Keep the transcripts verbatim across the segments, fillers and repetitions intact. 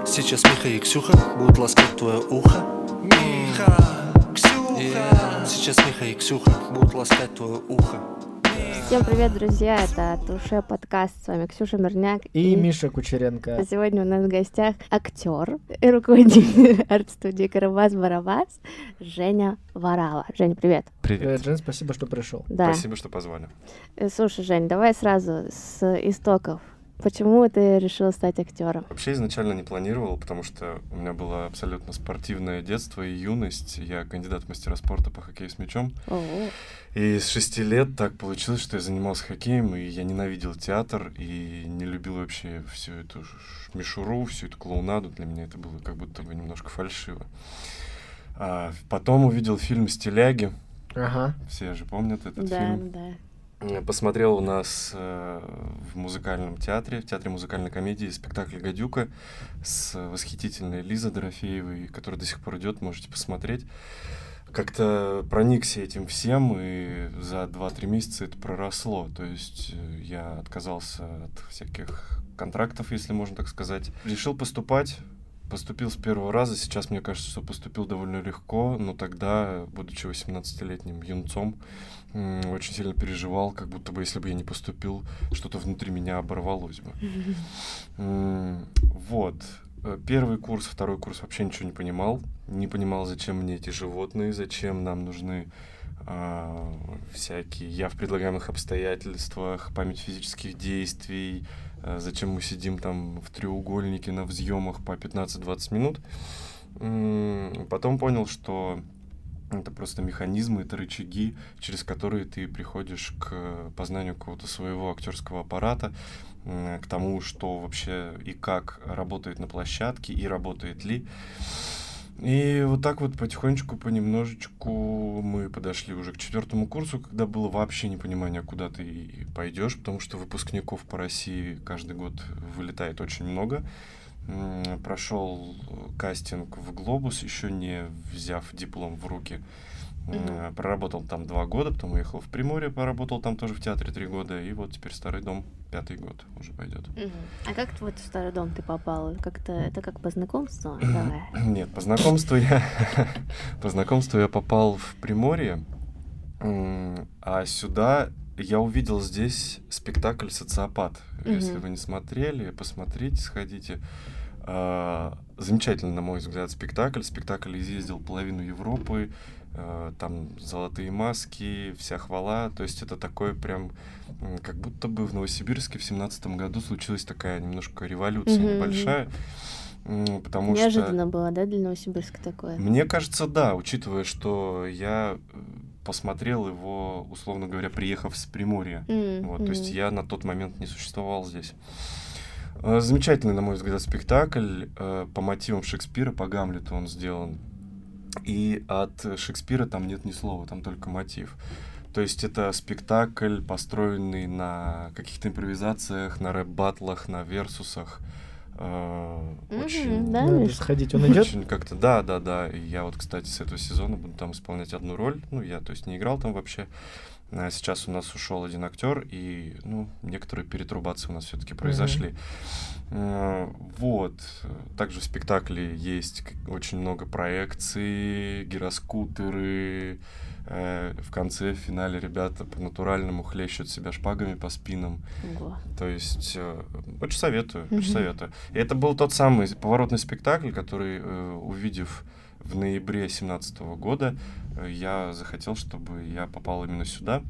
Сейчас Миха и Ксюха будут ласкать твое ухо. Миха, Ксюха. Yeah. Сейчас Миха и Ксюха будут ласкать твое ухо. Всем привет, друзья, это Туше подкаст, с вами Ксюша Мирняк и, и Миша Кучеренко. Сегодня у нас в гостях актер и руководитель арт-студии «Карабас-Барабас» Женя Варава. Жень, привет. Привет. Привет, Жень, спасибо, что пришел. Да. Спасибо, что позвали. Слушай, Жень, давай сразу с истоков. Почему ты решил стать актером? Вообще изначально не планировал, потому что у меня было абсолютно спортивное детство и юность. Я кандидат в мастера спорта по хоккею с мячом. О-о. И с шести лет так получилось, что я занимался хоккеем, и я ненавидел театр, и не любил вообще всю эту мишуру, всю эту клоунаду. Для меня это было как будто бы немножко фальшиво. А потом увидел фильм «Стиляги». Ага. Все же помнят этот да, фильм. Да, да. Посмотрел у нас э, в музыкальном театре, в театре музыкальной комедии спектакль «Гадюка» с восхитительной Лизой Дорофеевой, который до сих пор идет, можете посмотреть. Как-то проникся этим всем, и за два-три месяца это проросло. То есть я отказался от всяких контрактов, если можно так сказать. Решил поступать. Поступил с первого раза. Сейчас мне кажется, что поступил довольно легко, но тогда, будучи восемнадцатилетним юнцом, очень сильно переживал, как будто бы, если бы я не поступил, что-то внутри меня оборвалось бы. Вот. Первый курс, второй курс вообще ничего не понимал. Не понимал, зачем мне эти животные, зачем нам нужны а, всякие «я в предлагаемых обстоятельствах», память физических действий, а, зачем мы сидим там в треугольнике на взъемах по пятнадцать-двадцать минут. М-м, потом понял, что это просто механизмы, это рычаги, через которые ты приходишь к познанию какого-то своего актерского аппарата, к тому, что вообще и как работает на площадке, и работает ли. И вот так вот потихонечку, понемножечку мы подошли уже к четвертому курсу, когда было вообще непонимание, куда ты пойдешь, потому что выпускников по России каждый год вылетает очень много. Прошел кастинг в «Глобус», еще не взяв диплом в руки. Mm-hmm. Проработал там два года, потом уехал в Приморье, поработал там тоже в театре три года, и вот теперь «Старый дом», пятый год уже пойдет. Mm-hmm. А как вот в «Старый дом» ты попал? Как-то это как по знакомству? Давай. Нет, по знакомству я по знакомству я попал в Приморье, а сюда я увидел здесь спектакль «Социопат». Mm-hmm. Если вы не смотрели, посмотрите, сходите. Uh, замечательный, на мой взгляд, спектакль. Спектакль изъездил половину Европы, uh, там золотые маски, вся хвала. То есть это такой прям, как будто бы в Новосибирске в семнадцатом году случилась такая немножко революция mm-hmm. небольшая. Потому Неожиданно что... было, да, для Новосибирска такое? Мне кажется, да, учитывая, что я посмотрел его, условно говоря, приехав с Приморья. Mm-hmm. Вот, то есть я на тот момент не существовал здесь. Замечательный, на мой взгляд, спектакль. По мотивам Шекспира, по Гамлету он сделан. И от Шекспира там нет ни слова, там только мотив. То есть это спектакль, построенный на каких-то импровизациях, на рэп-баттлах, на версусах. Mm-hmm, очень... Да, Надо сходить, он идет? Очень как-то, да, да, да. И я вот, кстати, с этого сезона буду там исполнять одну роль. Ну, я, то есть, не играл там вообще. А сейчас у нас ушел один актер, и, ну, некоторые перетрубации у нас все-таки произошли. Mm-hmm. Вот. Также в спектакле есть очень много проекций, гироскутеры. В конце, в финале ребята по-натуральному хлещут себя шпагами по спинам. Ого. То есть очень советую, Mm-hmm. очень советую. И это был тот самый поворотный спектакль, который, увидев в ноябре семнадцатого года, я захотел, чтобы я попал именно сюда,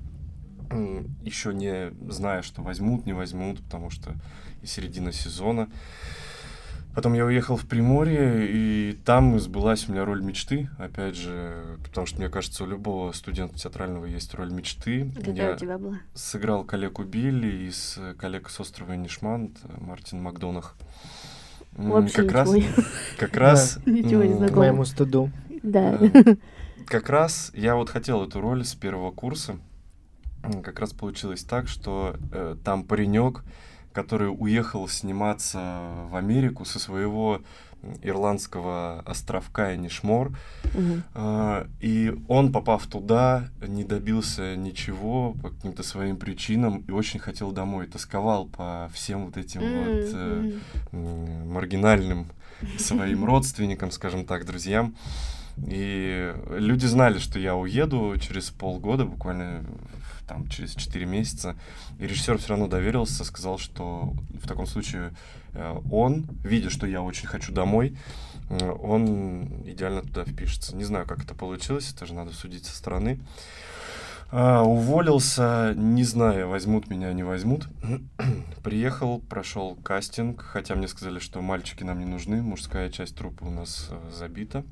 еще не зная, что возьмут, не возьмут, потому что и середина сезона. Потом я уехал в Приморье, и там сбылась у меня роль мечты, опять же, потому что, мне кажется, у любого студента театрального есть роль мечты. Какая я у тебя была? Сыграл коллегу Билли из коллег с острова Нишмант, Мартин Макдонах. Вообще как раз, не как раз, ничего не К знакомо. моему стыду. Да. Как раз я вот хотел эту роль с первого курса. Как раз получилось так, что э, там паренек, который уехал сниматься в Америку со своего ирландского островка Энишмор. Мгм. А, И он, попав туда, не добился ничего по каким-то своим причинам и очень хотел домой. Тосковал по всем вот этим вот э, М, м, маргинальным своим родственникам, скажем так, друзьям. И люди знали, что я уеду через полгода, буквально в- там через четыре месяца. И режиссер все равно доверился, сказал, что в таком случае э, он, видя, что я очень хочу домой, э, он идеально туда впишется. Не знаю, как это получилось, это же надо судить со стороны. А, уволился, не знаю, возьмут меня, не возьмут. Приехал, прошел кастинг, хотя мне сказали, что мальчики нам не нужны, мужская часть труппы у нас э, забита.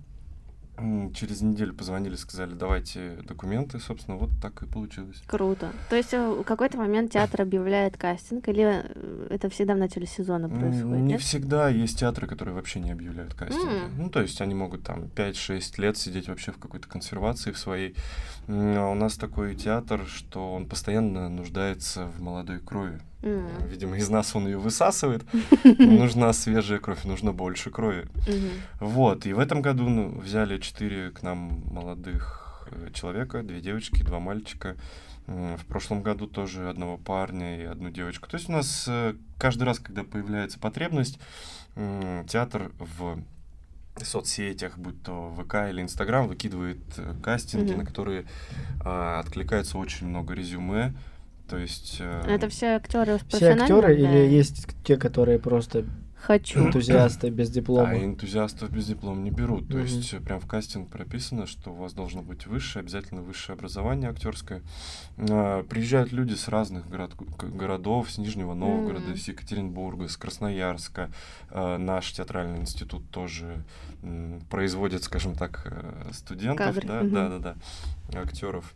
М, Через неделю позвонили, сказали, давайте документы, собственно, вот так и получилось. Круто. То есть э, в какой-то момент театр объявляет кастинг, или э, это всегда в начале сезона М, происходит? Не Нет? всегда есть театры, которые вообще не объявляют кастинги. М. Ну, то есть они могут там пять-шесть лет сидеть вообще в какой-то консервации в своей. М, А у нас такой театр, что он постоянно нуждается в молодой крови. М. Видимо, из нас он ее высасывает. Нужна свежая кровь, нужно больше крови. Мгм. Вот, и в этом году ну, взяли четыре к нам молодых э, человека, две девочки, два мальчика. М, В прошлом году тоже одного парня и одну девочку. То есть у нас э, каждый раз, когда появляется потребность, м, театр в соцсетях, будь то ВК или Инстаграм, выкидывает э, кастинги, Мгм. на которые а, откликается очень много резюме. То есть... э, Это все актеры Все профессиональные? актеры Да. или есть те, которые просто Хочу. энтузиасты без диплома? А энтузиастов без диплома не берут. То Мгм. есть э, прям в кастинг прописано, что у вас должно быть высшее, обязательно высшее образование актерское. А, Приезжают люди с разных город- к- городов, с Нижнего Новгорода, М. из Екатеринбурга, с Красноярска. А, Наш театральный институт тоже м, производит, скажем так, э, студентов, Кадры, да, мгм. да, да, да, актеров.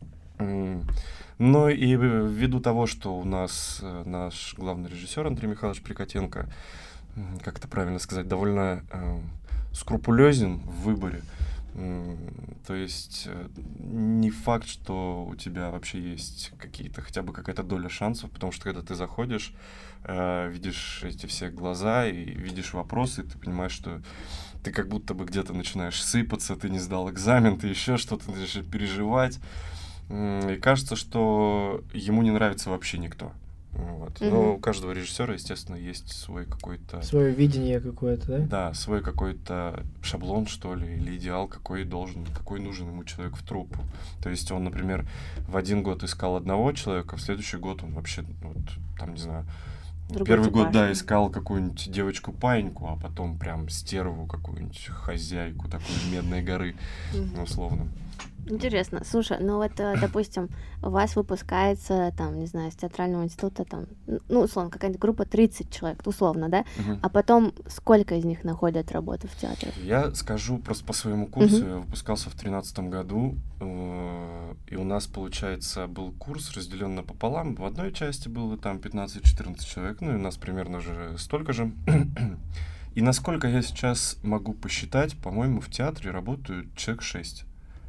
М, Ну и в- ввиду того, что у нас э, наш главный режиссер Андрей Михайлович Прикотенко, м, как это правильно сказать, довольно э, скрупулезен в выборе. М, То есть э, не факт, что у тебя вообще есть какие-то, хотя бы какая-то доля шансов, потому что когда ты заходишь, э, видишь эти все глаза и видишь вопросы, ты понимаешь, что ты как будто бы где-то начинаешь сыпаться, ты не сдал экзамен, ты еще что-то, ты начинаешь переживать. М, И кажется, что ему не нравится вообще никто. Вот. Но Мгм. у каждого режиссера, естественно, есть свой какой-то, Свое видение какое-то, да? да, свой какой-то шаблон, что ли, или идеал, какой должен, какой нужен ему человек в труппу. То есть он, например, в один год искал одного человека, в следующий год он вообще, ну, вот, там, не знаю, Другой первый год, типаж, да, да. искал какую-нибудь девочку-паиньку, а потом прям стерву какую-нибудь, хозяйку такой Медной горы, Мгм. условно. Интересно. Слушай, ну вот, э, допустим, у вас выпускается, там, не знаю, с театрального института, там, н- ну, условно, какая-нибудь группа тридцать человек, условно, да? Мгм. А потом сколько из них находят работу в театре? Я скажу просто по своему курсу. Мгм. Я выпускался в тринадцатом году, э, и у нас, получается, был курс разделен напополам. В одной части было там пятнадцать-четырнадцать человек, ну и у нас примерно же столько же. И насколько я сейчас могу посчитать, по-моему, в театре работают человек шесть.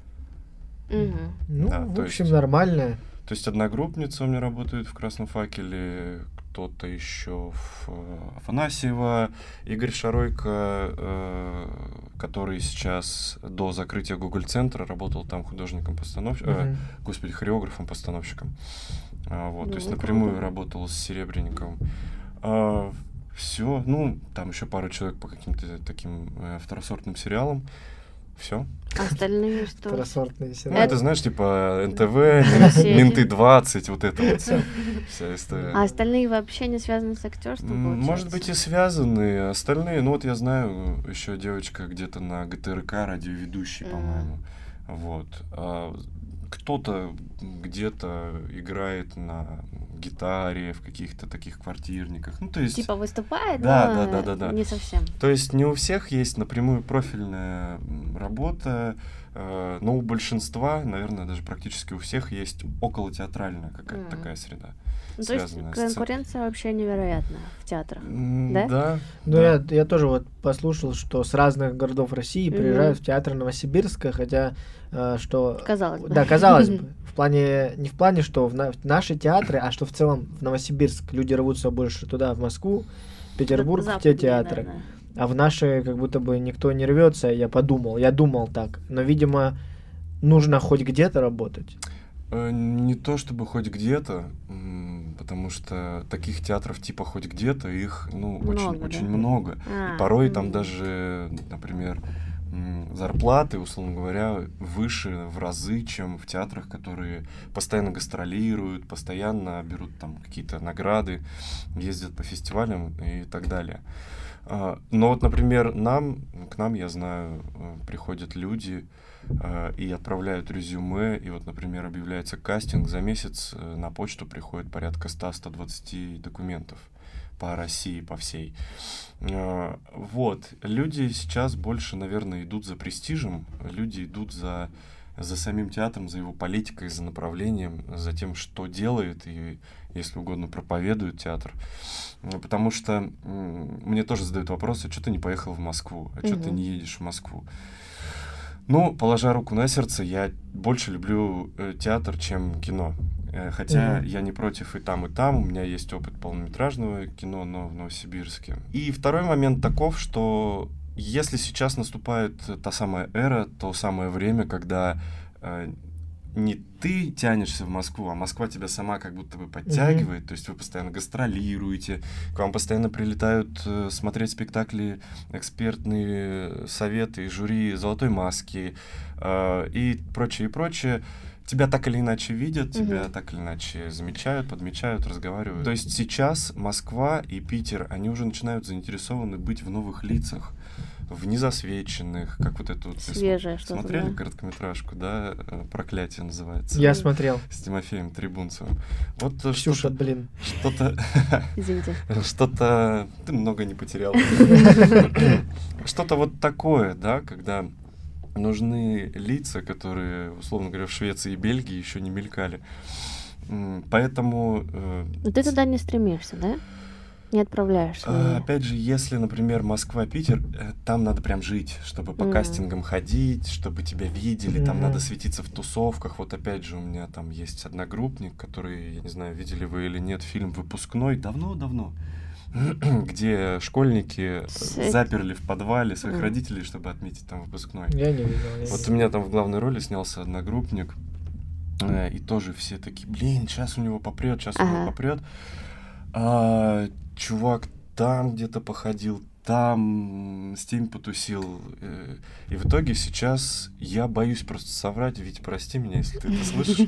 Мгм. Ну, Да, в то общем, есть- нормально. То есть одногруппница у меня работает в «Красном факеле», кто-то еще в э, Афанасьево, Игорь Шаройко, э, который сейчас до закрытия Google-центра работал там художником-постановщиком, Мгм. господи, хореографом-постановщиком. А, вот, то есть Ну, напрямую круто. работал с Серебренниковым. Все, ну, там еще пару человек по каким-то таким э, второсортным сериалам. Все. А остальные что? Второсортные Ну, сериалы. это, знаешь, типа эн тэ вэ, Соседи. Менты двадцать, вот это вот вся, вся история. А остальные вообще не связаны с актерством, М, Может получается? быть и связаны, а остальные, ну вот я знаю, еще девочка где-то на гэ тэ эр ка радиоведущий, Мгм. по-моему, вот. А кто-то где-то играет на гитаре в каких-то таких квартирниках, ну то есть... Типа выступает, Да, но да, да, да, да. не совсем. То есть не у всех есть напрямую профильная м, работа, э, но у большинства, наверное, даже практически у всех есть околотеатральная какая-то Мгм. такая среда. Ну, то есть связанная с ц- конкуренция вообще невероятная в театрах. М, Да? Да. Ну, да. я, я тоже вот послушал, что с разных городов России Мгм. приезжают в театр Новосибирска, хотя, э, что... Казалось бы. Да, казалось бы. В плане, не в плане, что в, на- в наши театры, а что в в целом в Новосибирск люди рвутся больше туда, в Москву, Петербург, в те Западнее, театры. да, А в наши как будто бы никто не рвется, я подумал, я думал так. Но, видимо, нужно хоть где-то работать. Э, Не то чтобы хоть где-то, м, потому что таких театров типа хоть где-то их, ну, очень, Много, да? очень много. А, И порой там м. даже, например, м, зарплаты, условно говоря, выше в разы, чем в театрах, которые постоянно гастролируют, постоянно берут там какие-то награды, ездят по фестивалям и так далее. А, Но вот, например, нам, к нам, я знаю, э, приходят люди э, и отправляют резюме, и вот, например, объявляется кастинг, за месяц э, на почту приходит порядка ста-ста двадцати документов по России, по всей. Э, Вот, люди сейчас больше, наверное, идут за престижем, люди идут за, за самим театром, за его политикой, за направлением, за тем, что делает и, если угодно, проповедует театр. Э, Потому что м, мне тоже задают вопросы, а что ты не поехал в Москву, а что ты Мгм. не едешь в Москву? Ну, положа руку на сердце, я больше люблю э, театр, чем кино. Э, Хотя Мгм. я не против и там, и там. У меня есть опыт полнометражного кино, но в Новосибирске. И второй момент таков, что если сейчас наступает та самая эра, то самое время, когда э, не ты тянешься в Москву, а Москва тебя сама как будто бы подтягивает, то есть вы постоянно гастролируете, к вам постоянно прилетают э, смотреть спектакли экспертные советы, жюри «Золотой маски» э, и прочее, и прочее. Тебя так или иначе видят, тебя Мгм. так или иначе замечают, подмечают, разговаривают. То есть сейчас Москва и Питер, они уже начинают заинтересованы быть в новых лицах, в незасвеченных, как вот эту вот... вы см- Свежее что-то, Смотрели да. короткометражку, да? э, «Проклятие» называется. Я смотрел. С Тимофеем Трибунцевым. Вот э, Ксюша, что-то... блин. Что-то... Извините. Что-то... Ты много не потерял. Что-то вот такое, да, когда нужны лица, которые, условно говоря, в Швеции и Бельгии еще не мелькали. М, Поэтому... э, Но ты туда не стремишься, да? Не отправляешься. А, везде. Опять же, если, например, Москва, Питер, э, там надо прям жить, чтобы по Мгм. кастингам ходить, чтобы тебя видели, там Мгм. надо светиться в тусовках. Вот опять же, у меня там есть одногруппник, который, я не знаю, видели вы или нет, фильм «Выпускной» давно-давно, где школьники э, С эт- заперли в подвале своих Мгм. родителей, чтобы отметить там выпускной. Я не видел. я Вот не у меня там в главной роли снялся одногруппник, э, и тоже все такие, блин, сейчас у него попрет, сейчас у него Ага. попрет. А, чувак там где-то походил, там с тем потусил. э, И в итоге сейчас я боюсь просто соврать, ведь прости меня, если ты это слышишь.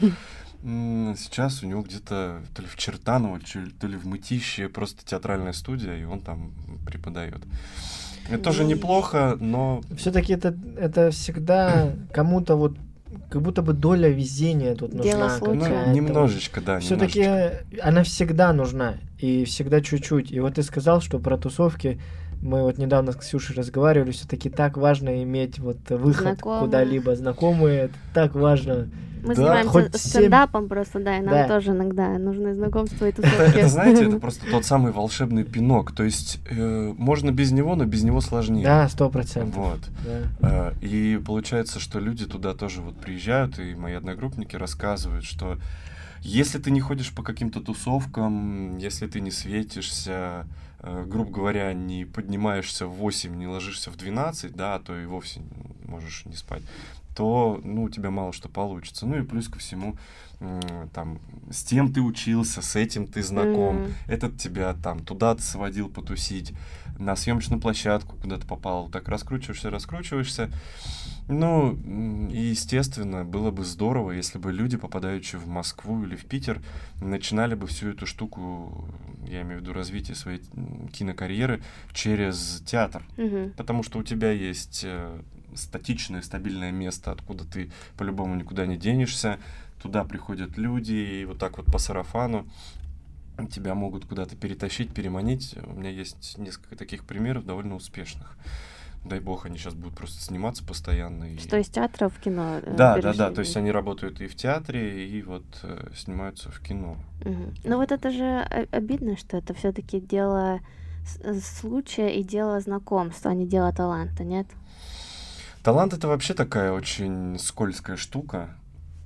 М, Сейчас у него где-то то ли в Чертаново, чё- то ли в Мытище просто театральная студия, и он там преподает. Это тоже Ну, неплохо, но Все-таки это, это всегда кому-то вот, как будто бы доля везения тут Дело нужна. случая. ну, какая-то. немножечко, да, Все-таки немножечко. она всегда нужна, и всегда чуть-чуть. И вот ты сказал, что про тусовки, мы вот недавно с Ксюшей разговаривали, все-таки так важно иметь вот выход Знакомых. куда-либо, знакомые, это так важно. Мы Да, занимаемся хоть семь- стендапом просто, да, и нам Да. тоже иногда нужны знакомства и Это, тусовки. это, знаете, это просто тот самый волшебный пинок. То есть э, можно без него, но без него сложнее. Да, сто процентов. Вот. Да. Э, И получается, что люди туда тоже вот приезжают, и мои одногруппники рассказывают, что если ты не ходишь по каким-то тусовкам, если ты не светишься, э, грубо говоря, не поднимаешься в восемь, не ложишься в двенадцать, да, а то и вовсе можешь не спать, то, ну, у тебя мало что получится. Ну и плюс ко всему, м, там, с тем ты учился, с этим ты знаком, Мгм. этот тебя там туда-то сводил потусить, на съемочную площадку куда-то попал, так раскручиваешься, раскручиваешься. Ну, м, и, естественно, было бы здорово, если бы люди, попадающие в Москву или в Питер, начинали бы всю эту штуку, я имею в виду развитие своей м, кинокарьеры, через театр. Мгм. Потому что у тебя есть э, статичное, стабильное место, откуда ты по-любому никуда не денешься. Туда приходят люди, и вот так вот по сарафану тебя могут куда-то перетащить, переманить. У меня есть несколько таких примеров, довольно успешных. Дай бог, они сейчас будут просто сниматься постоянно. И... Что из театра в кино э, Да, да, да. перешли? То есть они работают и в театре, и вот э, снимаются в кино. Мгм. Ну вот это же о- обидно, что это все-таки дело с- э, случая и дело знакомства, а не дело таланта, нет? Талант — это вообще такая очень скользкая штука.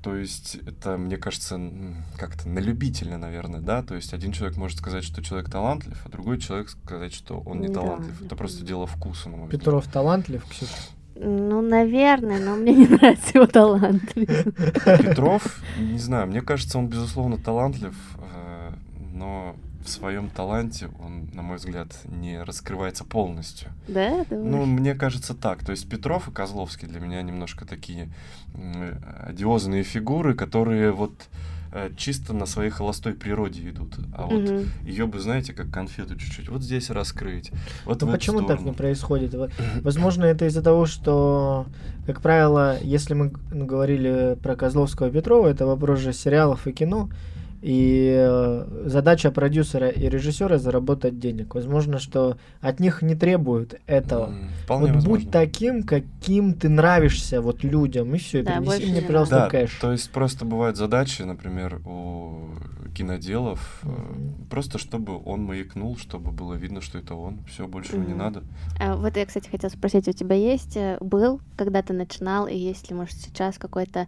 То есть это, мне кажется, м, как-то на любителя, наверное, да? То есть один человек может сказать, что человек талантлив, а другой человек сказать, что он не Да, талантлив. Это просто мгм. дело вкуса, на мой взгляд. Петров талантлив, Ксюша? Ну, наверное, но мне не нравится его талант. Петров, не знаю, мне кажется, он, безусловно, талантлив, э, но в своем таланте он, на мой взгляд, не раскрывается полностью. Да, Ну, думаешь? мне кажется так. То есть Петров и Козловский для меня немножко такие м, одиозные фигуры, которые вот э, чисто на своей холостой природе идут. А вот Мгм. ее бы, знаете, как конфету чуть-чуть вот здесь раскрыть, вот Ну в эту почему так не сторону. происходит? Во- Возможно, это из-за того, что, как правило, если мы г- ну, говорили про Козловского и Петрова, это вопрос же сериалов и кино, и э, задача продюсера и режиссера заработать денег. Возможно, что от них не требуют этого. М, Вполне Вот возможно. будь таким, каким ты нравишься вот людям, и все, и Да, принеси больше мне, не пожалуйста, Да, кэш. то есть просто бывают задачи, например, у киноделов, э, Мгм. просто чтобы он маякнул, чтобы было видно, что это он. Все, больше не Мгм. надо. А вот я, кстати, хотела спросить, у тебя есть, э, был, когда ты начинал, и есть ли, может, сейчас какой-то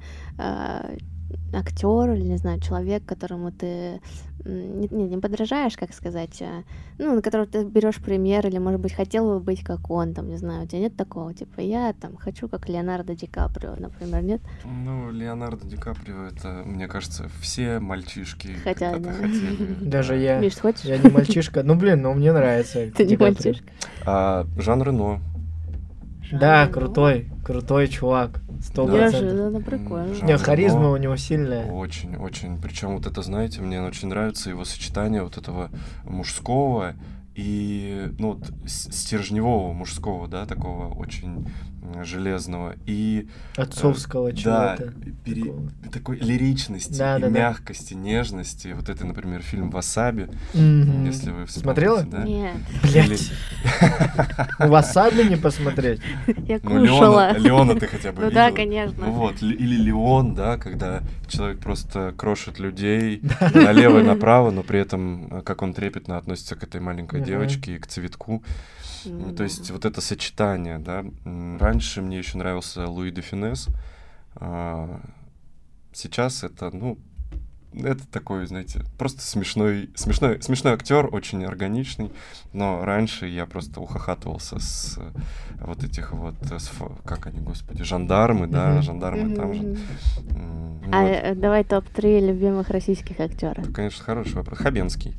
актер или, не знаю, человек, которому ты м, не, не, не подражаешь, как сказать, а, ну, на которого ты берешь пример, или, может быть, хотел бы быть как он, там, не знаю, у тебя нет такого, типа, я там хочу как Леонардо Ди Каприо, например, нет? Ну, Леонардо Ди Каприо, это, мне кажется, все мальчишки Хотят, когда-то да. хотели. Даже да. я. Миш, хочешь? Я не мальчишка. Ну, блин, ну мне нравится. Ты не Ди Каприо. мальчишка. А Жан Рено. Да, Жан Рено. крутой, крутой чувак. Сто процентов. Неожиданно, прикольно. Жан Не, харизма Рено. у него сильная. Очень, очень. Причем вот это, знаете, мне очень нравится его сочетание вот этого мужского и, ну, вот, с- стержневого мужского, да, такого очень м, железного. И э, Отцовского да, чего-то. пере- такого. такой лиричности Да, и да, да. мягкости, нежности. Вот это, например, фильм «Васаби», Мгм. если вы вспомните, Смотрела? да? Нет, Блять. Васаби не посмотреть. я Ну, Леона, кушала. Леона ты хотя бы Ну да, видела. конечно. Ну вот, ли- или Леон, да, когда человек просто крошит людей налево и направо, но при этом, э, как он трепетно относится к этой маленькой Мгм. девочке и к цветку. Ну Ну, да. то есть вот это сочетание, да. М, Раньше мне еще нравился Луи де Фюнес. а, Сейчас это, ну, это такой, знаете, просто смешной, смешной, смешной актер, очень органичный. Но раньше я просто ухахатывался с э, вот этих вот, э, с фо- как они, господи, жандармы, да, Мгм. жандармы там же. Мгм. М, А вот. э, давай топ-три любимых российских актера. Это, конечно, хороший вопрос. Хабенский.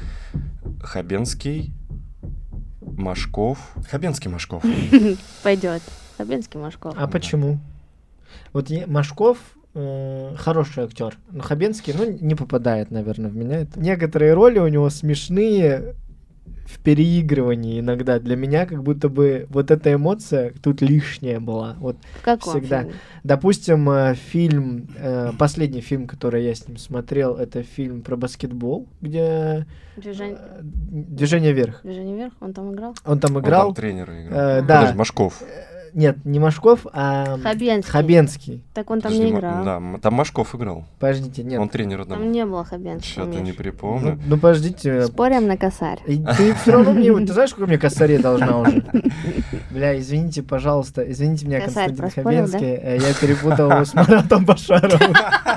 Хабенский, Машков. Хабенский, Машков. Пойдет. Хабенский, Машков. А почему? Вот е- Машков э, хороший актер, но Хабенский, ну, не попадает, наверное, в меня. Это- Некоторые роли у него смешные в переигрывании иногда. Для меня как будто бы вот эта эмоция тут лишняя была. Вот, В каком всегда. фильме? допустим, э, фильм, э, последний фильм, который я с ним смотрел, это фильм про баскетбол, где Движение, э, «Движение вверх». Движение вверх, он там играл? Он там Он играл. там тренера играл. Э, Ага. да. Подожди, Машков. Э, Нет, не Машков, а Хабенский. Хабенский. Так он там Подожди, не Ма- играл. Да, м- там Машков играл. Подождите, нет. Он тренер Там там. не было Хабенского, Что-то не Миш. Ну, припомню. ну, подождите. Спорим на косарь. И ты все равно мне... Ты знаешь, сколько мне косарей должна уже? Бля, извините, пожалуйста. Извините меня, Косарь Константин проспорил, да? Хабенский. э, Я перепутал его с Маратом Башаровым.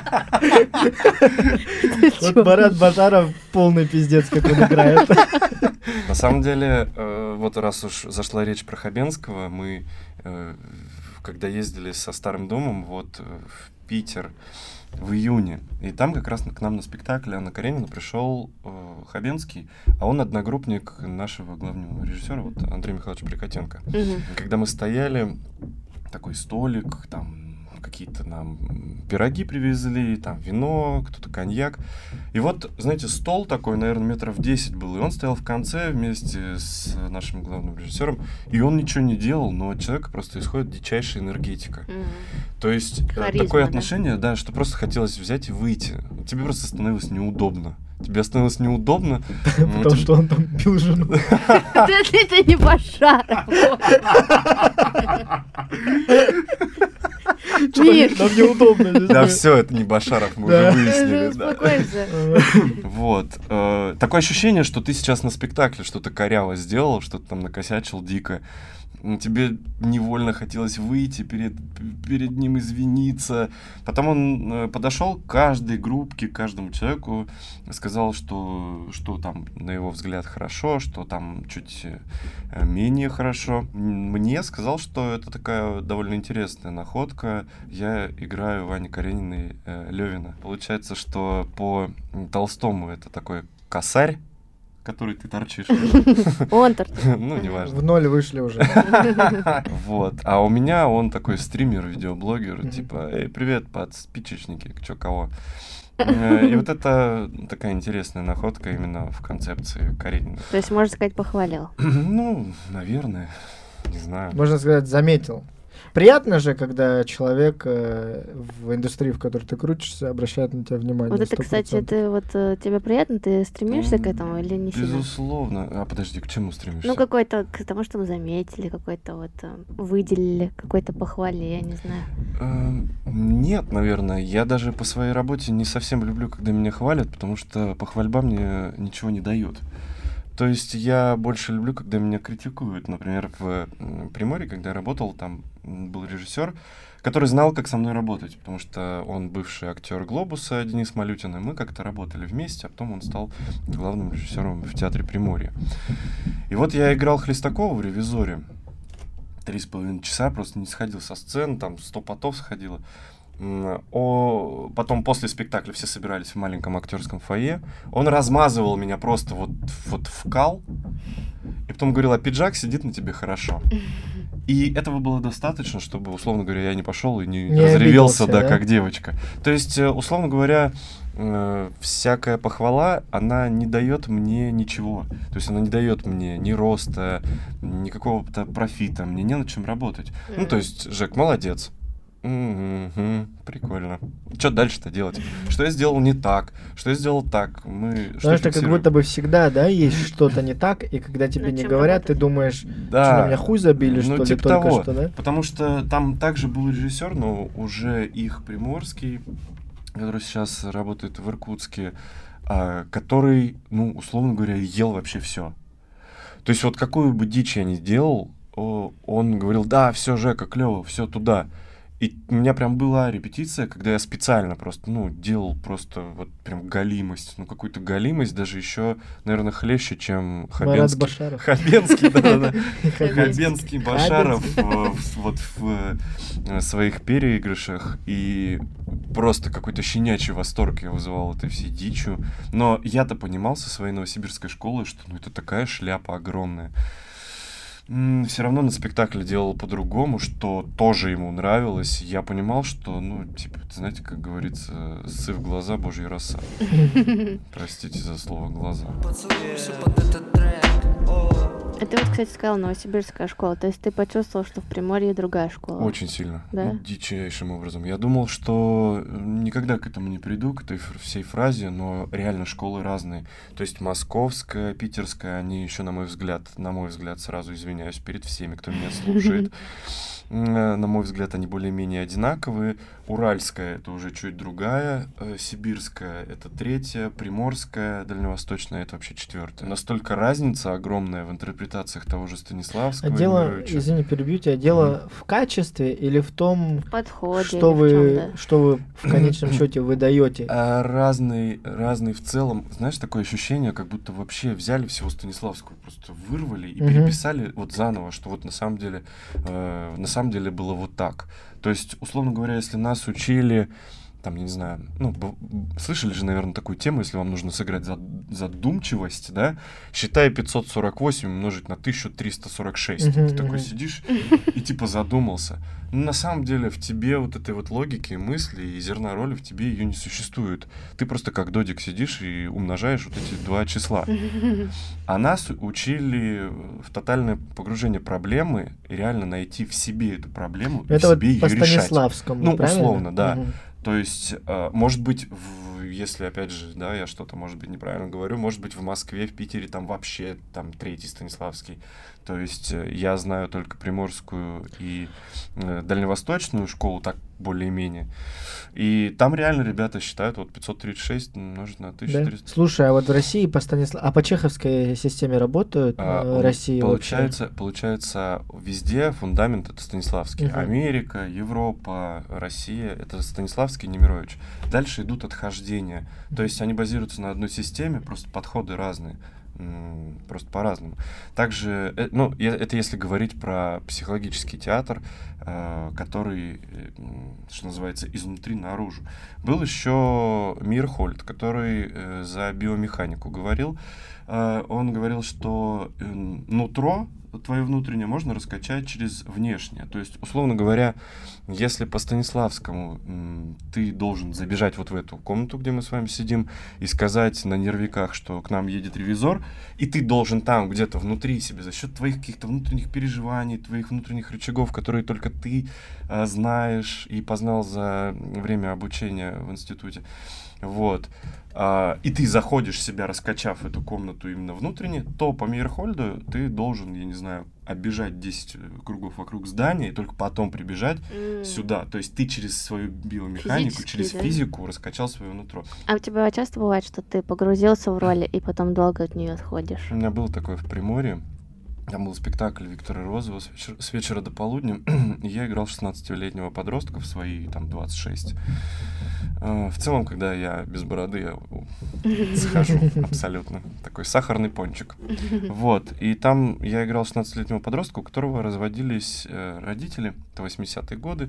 Вот Марат Башаров полный пиздец, как он играет. На самом деле, э, вот раз уж зашла речь про Хабенского, мы, э, когда ездили со Старым домом вот э, в Питер в июне, и там как раз к нам на спектакль Анна Каренина пришел э, Хабенский, а он одногруппник нашего главного режиссера, вот Андрея Михайловича Прикотенко. Мгм. Когда мы стояли, такой столик, там какие-то нам пироги привезли, там вино, кто-то коньяк. И вот, знаете, стол такой, наверное, метров десять был, и он стоял в конце вместе с нашим главным режиссером, и он ничего не делал, но от человека просто исходит дичайшая энергетика. Мгм. То есть э, Харизма, такое да? отношение, да, что просто хотелось взять и выйти. Тебе просто становилось неудобно. Тебе становилось неудобно. ну, Потому тебе- что он там бил жену. Да это не Башаров. Миш, Нам неудобно. не Да, знаю. все, это не Башаров, мы Да. уже ты выяснили. же да. успокойся. Вот. э, Такое ощущение, что ты сейчас на спектакле что-то коряво сделал, что-то там накосячил дико. тебе невольно хотелось выйти перед, перед ним, извиниться. Потом он подошел к каждой группке, к каждому человеку, сказал, что, что там, на его взгляд, хорошо, что там чуть менее хорошо. Мне сказал, что это такая довольно интересная находка. Я играю Вани Карениной э, Левина. Получается, что по Толстому это такой косарь, который ты торчишь. Он торчит. Ну, неважно. В ноль вышли уже. Вот. А у меня он такой стример, видеоблогер, типа, эй, привет, подспичечники, чё кого. И вот это такая интересная находка именно в концепции Карениной. То есть, можно сказать, похвалил. Ну, наверное, не знаю. Можно сказать, заметил. Приятно же, когда человек э, в индустрии, в которой ты крутишься, обращает на тебя внимание. Вот это, кстати, сто процентов. это вот э, тебе приятно? Ты стремишься к этому или не сильно? Безусловно. А подожди, к чему стремишься? Ну, какой-то, к тому, что мы заметили, какой-то вот э, выделили, какой-то похвале, я не знаю. Эм, Нет, наверное. Я даже по своей работе не совсем люблю, когда меня хвалят, потому что похвальба мне ничего не дает. То есть я больше люблю, когда меня критикуют. Например, в м, Приморье, когда я работал, там м, был режиссер, который знал, как со мной работать, потому что он бывший актер «Глобуса» Денис Малютин, и мы как-то работали вместе, а потом он стал главным режиссером в театре Приморья. И вот я играл Хлестакова в «Ревизоре». Три с половиной часа просто не сходил со сцены, там сто потов сходило. М, О, потом после спектакля все собирались в маленьком актерском фойе. Он размазывал меня просто вот, вот в кал. И потом говорил, а пиджак сидит на тебе хорошо. И этого было достаточно, чтобы, условно говоря, я не пошел и не, Не разревелся, обиделся, да, да? как девочка. То есть, э, условно говоря, э, всякая похвала, она не дает мне ничего. То есть она не дает мне ни роста, ни какого-то профита. Мне не над чем работать. Ну, то есть, Жек, молодец. Мгм, прикольно. Что дальше-то делать? Что я сделал не так? Что я сделал так? Мы что Потому что как фиксируем? будто бы всегда, да, есть что-то не так, и когда тебе Над не чем говорят, ты работать? думаешь, Да. что на меня хуй забили, Ну, что ли, типа только того. что, да? Потому что там также был режиссер, но уже их приморский, который сейчас работает в Иркутске, а, который, ну, условно говоря, ел вообще все. То есть вот какую бы дичь я ни делал, о, он говорил, да, все, Жека, клево, все туда. И у меня прям была репетиция, когда я специально просто, ну, делал просто вот прям галимость, ну, какую-то галимость, даже еще, наверное, хлеще, чем Марат Хабенский. Башаров. Хабенский, да-да-да. Хабенский. Хабенский, Башаров э, в- вот в э, своих переигрышах, и просто какой-то щенячий восторг я вызывал этой всей дичью. Но я-то понимал со своей новосибирской школы, что ну это такая шляпа огромная. Все равно на спектакле делал по-другому, что тоже ему нравилось. Я понимал, что, ну, типа, знаете, как говорится, ссы в глаза, божьи роса. Простите за слово «глаза». Поцелуйся под этот трек. О. Это вот, кстати, сказал новосибирская школа. То есть ты почувствовал, что в Приморье другая школа. Очень сильно. Да? Ну, дичайшим образом. Я думал, что э, никогда к этому не приду, к этой фр- всей фразе, но реально школы разные. То есть московская, питерская, они еще, на мой взгляд, на мой взгляд, сразу извиняюсь перед всеми, кто меня слушает. М, э, На мой взгляд, они более-менее одинаковые. Уральская — это уже чуть другая. э, Сибирская — это третья. Приморская, дальневосточная — это вообще четвертая. Настолько разница огромная в интерпретациях того же Станиславского. А дело, Немировича. извини, перебью тебя, дело в качестве или в том, В подходе что или в чём, вы, да? что вы в конечном счете выдаете? А, разный, разный в целом. Знаешь, такое ощущение, как будто вообще взяли всего Станиславского, просто вырвали и Мгм. переписали вот заново, что вот на самом деле, э, на самом деле было вот так. То есть, условно говоря, если нас учили, там, я не знаю, ну, б- б- слышали же, наверное, такую тему, если вам нужно сыграть зад- задумчивость, да, считай пятьсот сорок восемь умножить на тысяча триста сорок шесть. Мгм, Ты такой мгм. сидишь и типа задумался. Но на самом деле в тебе вот этой вот логики, мысли и зерна роли в тебе ее не существует. Ты просто как додик сидишь и умножаешь вот эти два числа. А нас учили в тотальное погружение проблемы и реально найти в себе эту проблему и в Это вот себе ее по решать. Станиславскому, Ну, правильно? условно, да. Мгм. То есть, э, может быть, в- если, опять же, да, я что-то, может быть, неправильно говорю, может быть, в Москве, в Питере там вообще там третий Станиславский. То есть, э, я знаю только приморскую и э, дальневосточную школу, так более-менее. И там реально ребята считают, вот пятьсот тридцать шесть умножить на тысячу триста. Да? Слушай, а вот в России по Станислав... А по чеховской системе работают а, в России получается, вообще? Получается, везде фундамент — это Станиславский. Угу. Америка, Европа, Россия — это Станиславский, Немирович. Дальше идут отхождения. То есть они базируются на одной системе, просто подходы разные. Просто по-разному. Также, ну, это если говорить про психологический театр, который, что называется, изнутри наружу. Был еще Мирхольд, который за биомеханику говорил. Он говорил, что нутро твое внутреннее можно раскачать через внешнее. То есть, условно говоря, если по Станиславскому м, ты должен забежать вот в эту комнату, где мы с вами сидим, и сказать на нервиках, что к нам едет ревизор, и ты должен там где-то внутри себя, за счет твоих каких-то внутренних переживаний, твоих внутренних рычагов, которые только ты а, знаешь и познал за время обучения в институте, вот, а, и ты заходишь себя, раскачав эту комнату именно внутренне, то по Мейерхольду ты должен, я не знаю, оббежать десять кругов вокруг здания и только потом прибежать mm. сюда. То есть ты через свою биомеханику, Физически, через да? физику раскачал свое нутро. А у тебя часто бывает, что ты погрузился в роль и потом долго от нее отходишь? У меня было такое в Приморье. Там был спектакль Виктора Розова с вечера, с вечера до полудня, и я играл шестнадцатилетнего подростка в свои там двадцать шесть. В целом, когда я без бороды, я схожу абсолютно. Такой сахарный пончик. Вот. И там я играл шестнадцатилетнего подростка, у которого разводились родители. Это восьмидесятые годы.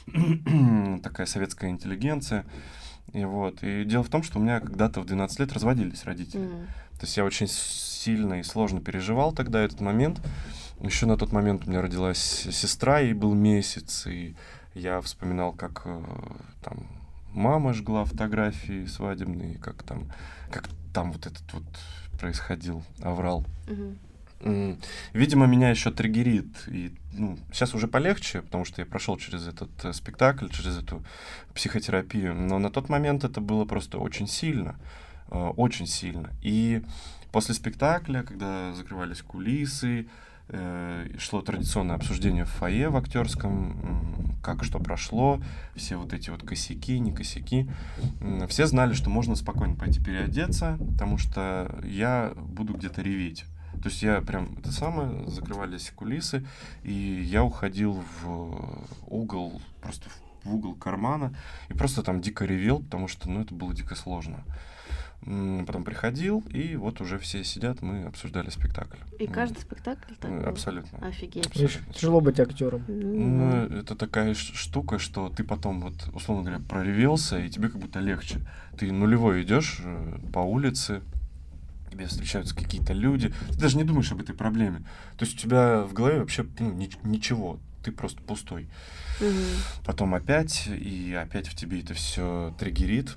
Такая советская интеллигенция. И вот. И дело в том, что у меня когда-то в двенадцать лет разводились родители. Mm. То есть я очень сильно и сложно переживал тогда этот момент. Еще на тот момент у меня родилась сестра, ей был месяц, и я вспоминал, как э, там мама жгла фотографии свадебные, как там, как там вот этот вот происходил аврал. Mm-hmm. Видимо, меня еще триггерит. И, ну, сейчас уже полегче, потому что я прошел через этот э, спектакль, через эту психотерапию. Но на тот момент это было просто очень сильно. Э, очень сильно. И после спектакля, когда закрывались кулисы, э, шло традиционное обсуждение в фойе в актерском, как что прошло, все вот эти вот косяки, не косяки. Э, все знали, что можно спокойно пойти переодеться, потому что я буду где-то реветь. То есть я прям, это самое, закрывались кулисы, и я уходил в угол, просто в угол кармана, и просто там дико ревел, потому что, ну, это было дико сложно. Потом приходил, и вот уже все сидят, мы обсуждали спектакль. И каждый спектакль так был? Абсолютно. Офигеть. Абсолютно. Тяжело быть актером. Ну, это такая штука, что ты потом, вот, условно говоря, проревелся, и тебе как будто легче. Ты нулевой идешь по улице, тебе встречаются какие-то люди, ты даже не думаешь об этой проблеме. То есть у тебя в голове вообще, ну, ни- ничего, ты просто пустой. Mm-hmm. Потом опять, и опять в тебе это все триггерит.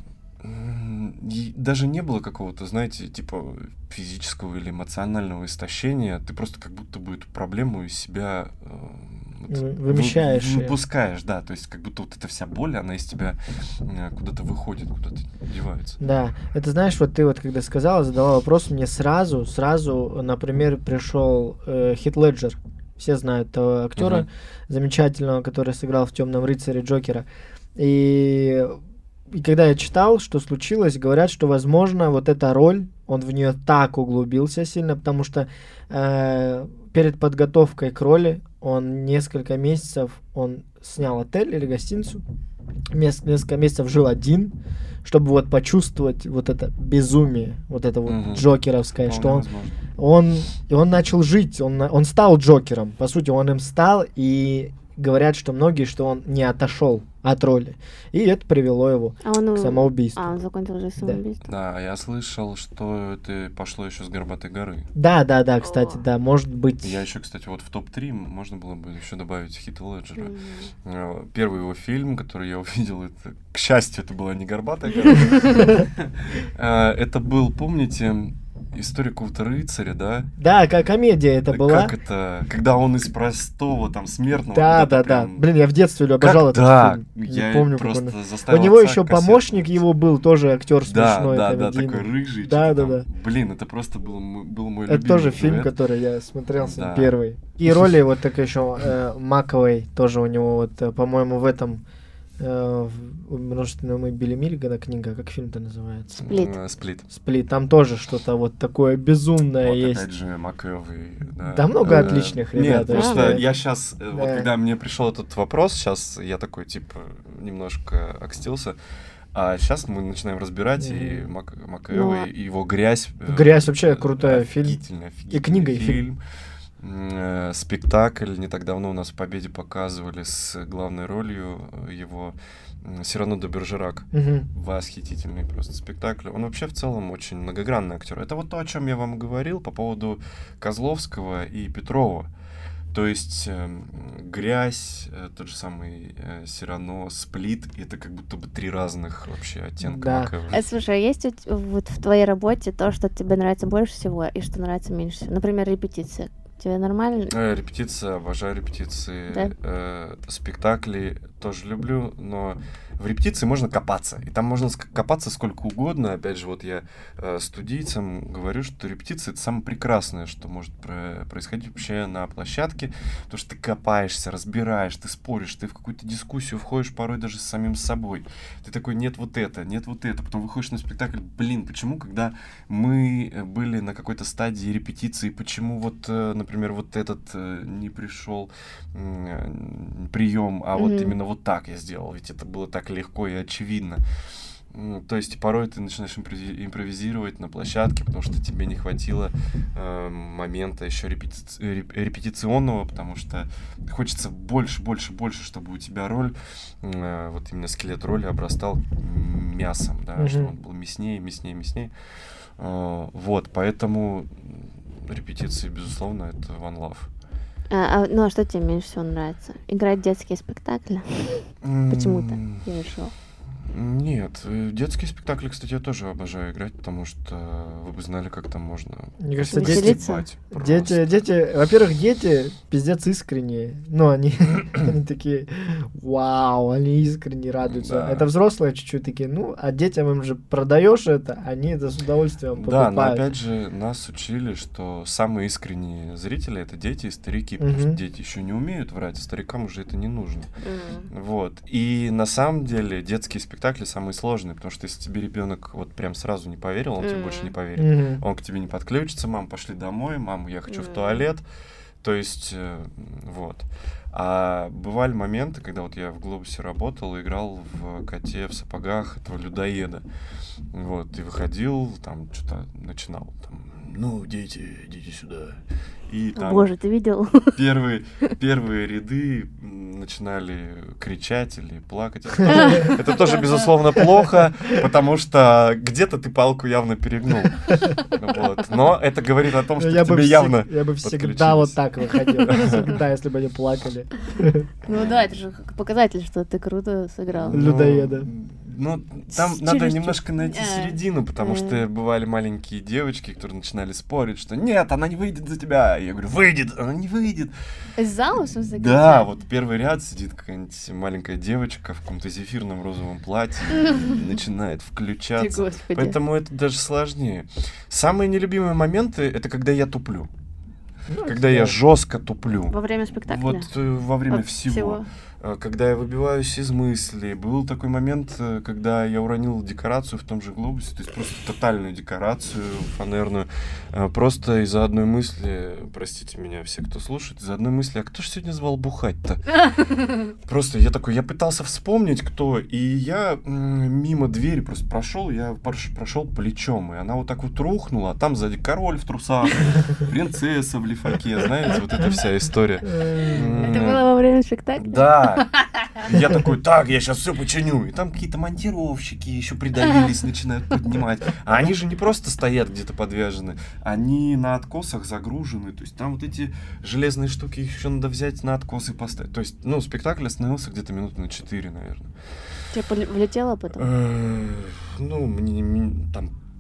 И даже не было какого-то, знаете, типа физического или эмоционального истощения. Ты просто как будто бы эту проблему из себя э, вот, вымещаешь. Вы, выпускаешь, да. То есть как будто вот эта вся боль, она из тебя э, куда-то выходит, куда-то девается. Да, это знаешь, вот ты вот когда сказала, задала вопрос, мне сразу, сразу, например, пришел э, Хит Леджер. Все знают того актера uh-huh. замечательного, который сыграл в «Темном рыцаре» Джокера. И И когда я читал, что случилось, говорят, что, возможно, вот эта роль, он в нее так углубился сильно, потому что э, перед подготовкой к роли он несколько месяцев, он снял отель или гостиницу, несколько месяцев жил один, чтобы вот почувствовать вот это безумие, вот это вот угу. джокеровское, что он, он, и он начал жить, он, он стал Джокером, по сути, он им стал, и говорят, что многие, что он не отошел от роли. И это привело его а он, к самоубийству. А, он закончил жизнь самоубийством. Да. да, я слышал, что это пошло еще с «Горбатой горы». Да, да, да, кстати, О. да, может быть. Я еще, кстати, вот в топ три можно было бы еще добавить Хита Леджера. Mm-hmm. Первый его фильм, который я увидел, это, к счастью, это была не «Горбатая гора». Это был, помните, «История какого-то рыцаря», да? Да, как комедия это да, была. Как это? Когда он из простого, там, смертного... Да, да, прям... да. Блин, я в детстве обожал этот да, фильм. Не я помню, просто как он... заставил У него отца еще кассету. Помощник его был, тоже актер смешной. Да, да, комедийный. да, такой рыжий. Да, да, там. да. Блин, это просто был, был мой это любимый. Это тоже дуэт. фильм, который я смотрел да. первый. И роли вот так еще э, Маковой, тоже у него вот, по-моему, в этом... э, множественного мы Билли Миллигана книга, как фильм-то называется? Сплит. М, Сплит. Сплит. Там тоже что-то вот такое безумное Вот есть. опять же МcЭвой. Да, Да много Э, отличных Нет, ребят. просто Да. я сейчас, вот Да. когда мне пришел этот вопрос, сейчас я такой, типа, немножко окстился. А сейчас мы начинаем разбирать и Мгм. Мак- МcЭвой, Ну, и его «Грязь». э, «Грязь» вообще крутой фильм. офигительный, офигительный книга, и фильм. М, э, Спектакль не так давно у нас в «Победе» показывали с главной ролью э, его м, Сирано де Бержерак. Мгм. Восхитительный просто спектакль. Он вообще в целом очень многогранный актер. Это вот то, о чем я вам говорил по поводу Козловского и Петрова. То есть эм, «Грязь», э, тот же самый э, Сирано, «Сплит» — это как будто бы три разных вообще оттенка Да. МcЭвой. А слушай, а есть у т- вот в твоей работе то, что тебе нравится больше всего и что нравится меньше всего? Например, репетиция. Тебе нормально? Э, Репетиция, обожаю репетиции. Да? Э, спектакли тоже люблю, но в репетиции можно копаться. И там можно ск- копаться сколько угодно. Опять же, вот я э, студийцам говорю, что репетиция — это самое прекрасное, что может про- происходить вообще на площадке. Потому что ты копаешься, разбираешь, ты споришь, ты в какую-то дискуссию входишь порой даже с самим собой. Ты такой, нет вот это, нет вот это. Потом выходишь на спектакль, блин, почему, когда мы э, были на какой-то стадии репетиции, почему вот, э, например, вот этот э, не пришел прием, а вот Мгм. именно вот так я сделал, ведь это было так легко и очевидно. М, То есть порой ты начинаешь импрови- импровизировать на площадке, потому что тебе не хватило э, момента еще репетици- реп- репетиционного, потому что хочется больше, больше, больше, чтобы у тебя роль, э, вот именно скелет роли обрастал м, мясом, да, Мгм. чтобы он был мяснее, мяснее, мяснее. Э, Вот, поэтому репетиции, безусловно, это one love. А, а, ну а что тебе меньше всего нравится? Играть детские спектакли? Почему-то М, я решила. Нет, э, детские спектакли, кстати, я тоже обожаю играть, потому что вы бы знали, как там можно Мне кажется, дети, Веселиться? ебать дети, просто. дети, во-первых, дети пиздец искренние. Ну, они, они такие, вау, они искренне радуются. Да. Это взрослые чуть-чуть такие, ну, а детям им же продаешь это, они это с удовольствием покупают. Да, но опять же нас учили, что самые искренние зрители — это дети и старики, потому что Мгм. дети еще не умеют врать, а старикам уже это не нужно. М. Вот. И на самом деле детские спектакли самые сложные, потому что если тебе ребенок вот прям сразу не поверил, он тебе Мгм. больше не поверит. Мгм. Он к тебе не подключится, мам, пошли домой, мам, я хочу в Мгм. туалет. То есть, э, вот. А бывали моменты, когда вот я в «Глобусе» работал, играл в «Коте в сапогах» этого людоеда. Вот, и выходил, там что-то начинал, там, ну, дети, идите сюда. И О, там Боже, ты видел? первые, первые ряды м, начинали кричать или плакать. Это тоже, это тоже, безусловно, плохо, потому что где-то ты палку явно перегнул. Вот. Но это говорит о том, что я, к бы тебе всег- явно я бы всегда подключились. вот так выходил. Всегда, если бы они плакали. Ну да, это же как показатель, что ты круто сыграл. Ну, людоеда. Ну, там С- надо чересчур. немножко найти А. середину, потому Э. что бывали маленькие девочки, которые начинали спорить, что нет, она не выйдет за тебя. Я говорю, выйдет, она не выйдет. Из зала, в смысле? Да, кричат? вот первый ряд сидит какая-нибудь маленькая девочка в каком-то зефирном розовом платье и начинает Ты, включаться. Господи. Поэтому это даже сложнее. Самые нелюбимые моменты — это когда я туплю. Ну, Когда да. я жестко туплю. Во время спектакля? Вот э, во время От всего. Э, Когда я выбиваюсь из мыслей. Был такой момент, э, когда я уронил декорацию в том же «Глобусе», то есть просто тотальную декорацию фанерную. Э, Просто из-за одной мысли, простите меня все, кто слушает, из-за одной мысли, а кто же сегодня звал бухать-то? Просто я такой, я пытался вспомнить, кто, и я м, мимо двери просто прошел, я прош- прошел плечом, и она вот так вот рухнула, а там сзади король в трусах, принцесса в лифаке, знаете, вот эта вся история. Э, Это было во время спектакля? Да. И я такой, так, я сейчас все починю. И там какие-то монтировщики еще придавились, начинают поднимать. А они же не просто стоят где-то подвязаны, они на откосах загружены. То есть там вот эти железные штуки, их еще надо взять на откосы поставить. То есть, ну, спектакль остановился где-то минут на четыре, наверное. Тебе поле- влетело потом? Э, Ну, мне мне там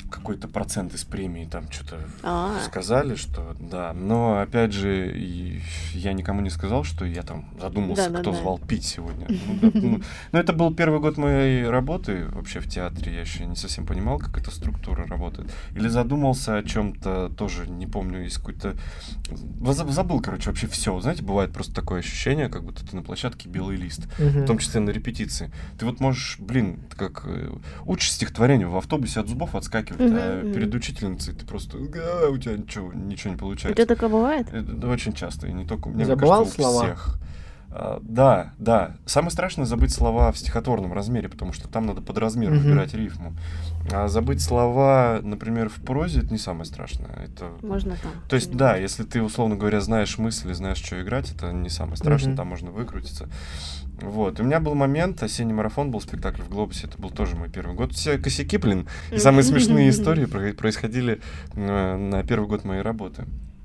какой-то процент из премии там что-то А. сказали, что да. Но, опять же, и я никому не сказал, что я там задумался, Да-да-да. кто звал пить сегодня. Ну, да, ну, ну, это был первый год моей работы вообще в театре. Я еще не совсем понимал, как эта структура работает. Или задумался о чем-то, тоже не помню, из какой-то... Воз- Забыл, короче, вообще все. Знаете, бывает просто такое ощущение, как будто ты на площадке белый лист. Мгм. В том числе на репетиции. Ты вот можешь, блин, как э, учишь стихотворение в автобусе от зубов отскакивать, Мгм, а мгм. перед учительницей ты просто, «Га, у тебя ничего, ничего не У получается. тебя такое бывает? Это да, очень часто, и не только у меня, мне Забывал кажется, у слова? всех. А, да, да. Самое страшное забыть слова в стихотворном размере, потому что там надо под размер Мгм. выбирать рифму. А забыть слова, например, в прозе, это не самое страшное. Это... Можно там. То есть, да, если ты, условно говоря, знаешь мысли, знаешь, что играть, это не самое страшное, Мгм. там можно выкрутиться. Вот. И у меня был момент, осенний марафон был спектакль в Глобусе, это был тоже мой первый год. Все косяки, блин, и самые смешные истории про- происходили э, на первый год моей работы.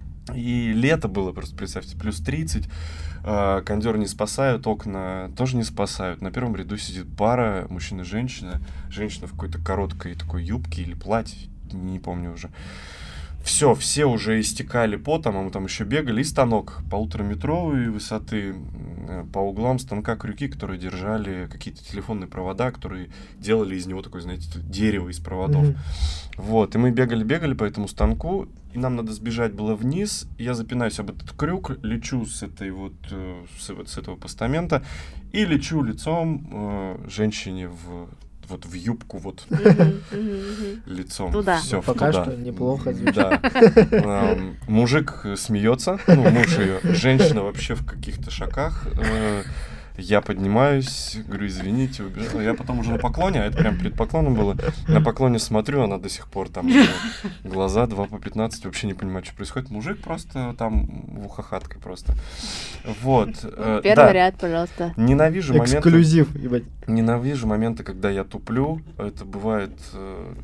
И лето было, просто представьте, плюс тридцать, э, кондёры не спасают, окна тоже не спасают. На первом ряду сидит пара, мужчина и женщина. Женщина в какой-то короткой такой юбке или платье, не помню уже. Все, все уже истекали потом, а мы там еще бегали. И станок полутораметровой высоты, м, по углам станка крюки, которые держали какие-то телефонные провода, которые делали из него такое, знаете, дерево из проводов. Мгм. Вот, и мы бегали-бегали по этому станку, и нам надо сбежать было вниз. И я запинаюсь об этот крюк, лечу с этой вот, э, с, вот с этого постамента и лечу лицом э, женщине в вот в юбку, вот Мгм, мгм, мгм. лицом. Туда. Все, Пока что неплохо звучит. Да. Эм, Мужик смеется, ну, муж ее, женщина вообще в каких-то шоках. Э, Я поднимаюсь, говорю, извините, убежал. Я потом уже на поклоне, а это прям перед поклоном было. На поклоне смотрю, она до сих пор там э, глаза два по пятнадцать, вообще не понимаю, что происходит. Мужик просто там в ухахаткой просто. Вот. э, Первый да. ряд, пожалуйста. Ненавижу моменты, Эксклюзив, ебать. ненавижу моменты, когда я туплю. Это бывает э,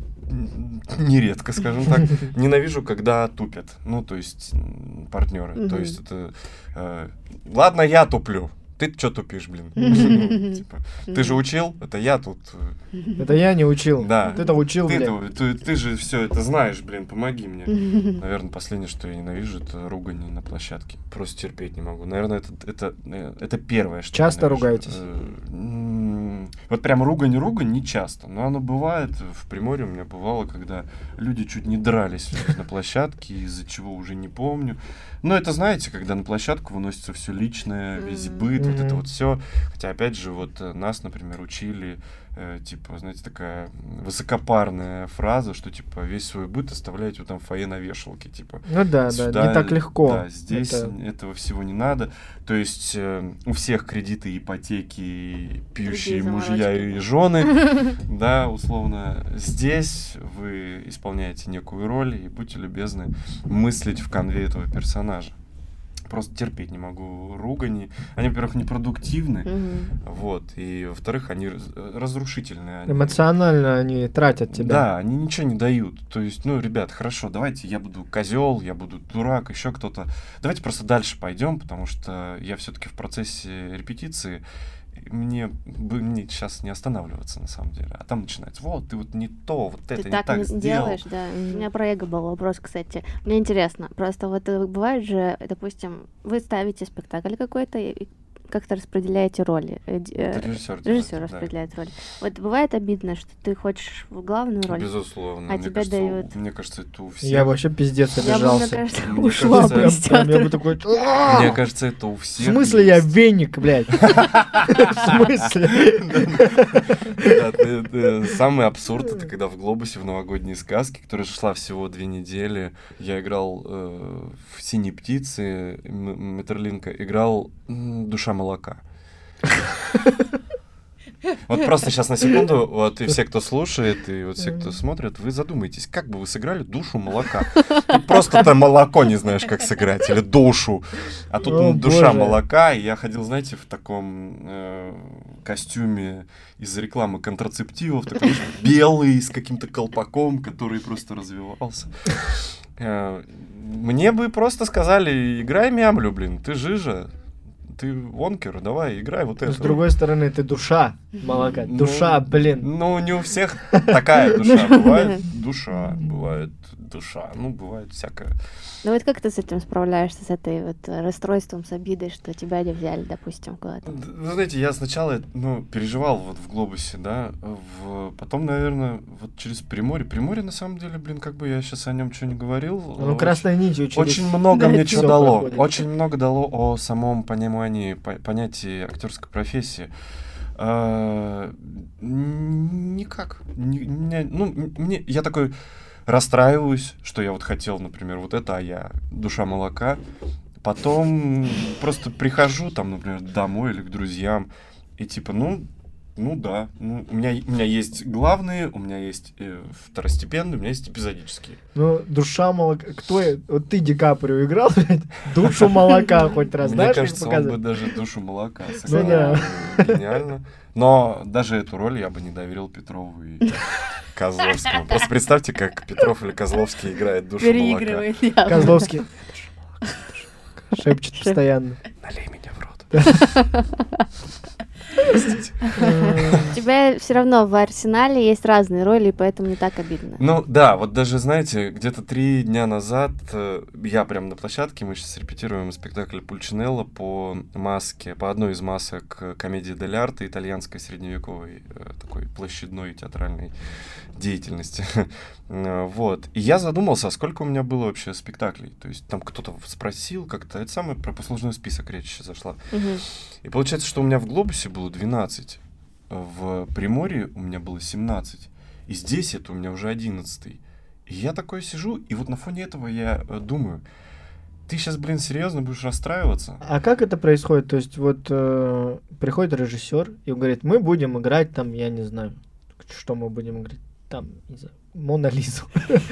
н- нередко, скажем так. Ненавижу, когда тупят. Ну, то есть партнеры. То Мгм. есть это... э, ладно, я туплю. Ты что тупишь, блин? Ну, типа, ты же учил, это я тут. э, Это я не учил. Да. Ты-то учил, Ты, блядь. ты, ты же все это знаешь, блин, помоги мне. Наверное, последнее, что я ненавижу, это ругань на площадке. Просто терпеть не могу. Наверное, это, это, э, это первое, что Часто ненавижу. ругаетесь? Э, м, Вот прям ругань-ругань не часто. Но оно бывает. В Приморье у меня бывало, когда люди чуть не дрались на площадке, из-за чего уже не помню. Но это, знаете, когда на площадку выносится все личное, весь Мгм. быт, вот это Мгм. вот все. Хотя, опять же, вот э, нас, например, учили, э, типа, знаете, такая высокопарная фраза, что, типа, весь свой быт оставляете вот там в фойе на вешалке, типа. Ну да, да, Сюда, не так легко. Да, здесь Это- этого всего не надо. То есть э, у всех кредиты, ипотеки, пьющие Другие мужья заморочки. и жены, да, условно. Здесь вы исполняете некую роль, и будьте любезны мыслить в конве этого персонажа. Просто терпеть не могу ругани. Они, во-первых, непродуктивны, Мгм. вот, и, во-вторых, они раз- разрушительные. Они- Эмоционально они тратят тебя. Да, они ничего не дают. То есть, ну, ребят, хорошо, давайте я буду козел, я буду дурак, еще кто-то. Давайте просто дальше пойдем, потому что я все-таки в процессе репетиции. и Мне бы мне сейчас не останавливаться на самом деле. А там начинается: вот, ты вот не то, вот это Ты не так так не сделал. делаешь, да. У меня про эго был вопрос, кстати. Мне интересно, просто вот э, бывает же, допустим, вы ставите спектакль какой-то и как-то распределяете роли. Э, д- э, Это режиссер делает, Режиссер да. распределяет роли. Вот бывает обидно, что ты хочешь в главную роль. Безусловно. А мне тебе кажется, у- дают- Мне кажется, это у всех. Я вообще пиздец Я бы, мне обижался. кажется, Мне ушла кажется, бы Прям- из прям я бы театра. такой... Мне кажется, это у В всех. смысле я есть. веник, блядь? В смысле? Да, ты- ты- Самый абсурд — это когда в «Глобусе» в новогодней сказке, которая шла всего две недели, я играл э, в «Синей птице», М- Метерлинка, играл м, «Душа молока». Вот просто сейчас на секунду, вот и все, кто слушает, и вот все, кто смотрит, вы задумайтесь, как бы вы сыграли душу молока. Тут просто ты молоко не знаешь, как сыграть, или душу. А тут О, м, душа боже. молока, и я ходил, знаете, в таком э, костюме из рекламы контрацептивов, такой знаешь, белый, с каким-то колпаком, который просто развивался. Э, Мне бы просто сказали: играй мямлю, блин, ты жижа. Ты вонкер, давай, играй вот это. С другой стороны, ты душа. молока. Ну, Душа, блин. Ну, не у всех такая душа. Бывает душа, бывает душа. Ну, бывает всякое. Ну вот как ты с этим справляешься, с этой вот расстройством, с обидой, что тебя не взяли, допустим, куда-то? Вы знаете, я сначала, ну, переживал вот в Глобусе, да, в... потом, наверное, вот через Приморье. Приморье, на самом деле, блин, как бы я сейчас о нем что не говорил. Ну, очень, красной нитью через... Очень много Да, мне это чего всё дало. проходит. Очень много дало о самом понимании, по- понятии актерской профессии. А, никак. Не- не- ну, м- мне, я такой расстраиваюсь, что я вот хотел, например, вот это, а я душа молока. Потом просто прихожу там, например, домой или к друзьям, и типа, ну, ну да, ну, у меня, у меня есть главные, у меня есть э, второстепенные, у меня есть эпизодические. Ну, душа молока. Кто я? Вот ты Ди Каприо играл, блядь? Душу молока хоть раз, Мне знаешь, как кажется, он бы показывать? даже душу молока Ну сыграл. да. Гениально. Но даже эту роль я бы не доверил Петрову и Козловскому. Просто представьте, как Петров или Козловский играет душу молока. Переигрывает явно. Козловский шепчет постоянно. Налей меня в рот. Простите. У тебя все равно в Арсенале есть разные роли, и поэтому не так обидно. Ну да, вот даже, знаете, где-то три дня назад э, я прям на площадке, мы сейчас репетируем спектакль Пульчинелло по маске, по одной из масок э, комедии дель арте, итальянской средневековой э, такой площадной театральной деятельности. Э, Вот. И я задумался, а сколько у меня было вообще спектаклей. То есть там кто-то спросил как-то, это самое про послужной список речь сейчас зашла. Мгм. И получается, что у меня в Глобусе было двенадцать, в Приморье у меня было семнадцать, и здесь это у меня уже одиннадцатый. И я такой сижу, и вот на фоне этого я э, думаю, ты сейчас, блин, серьезно будешь расстраиваться? А как это происходит? То есть вот э, приходит режиссер и говорит, мы будем играть там, я не знаю, что мы будем играть, там, не знаю, Мона Лизу.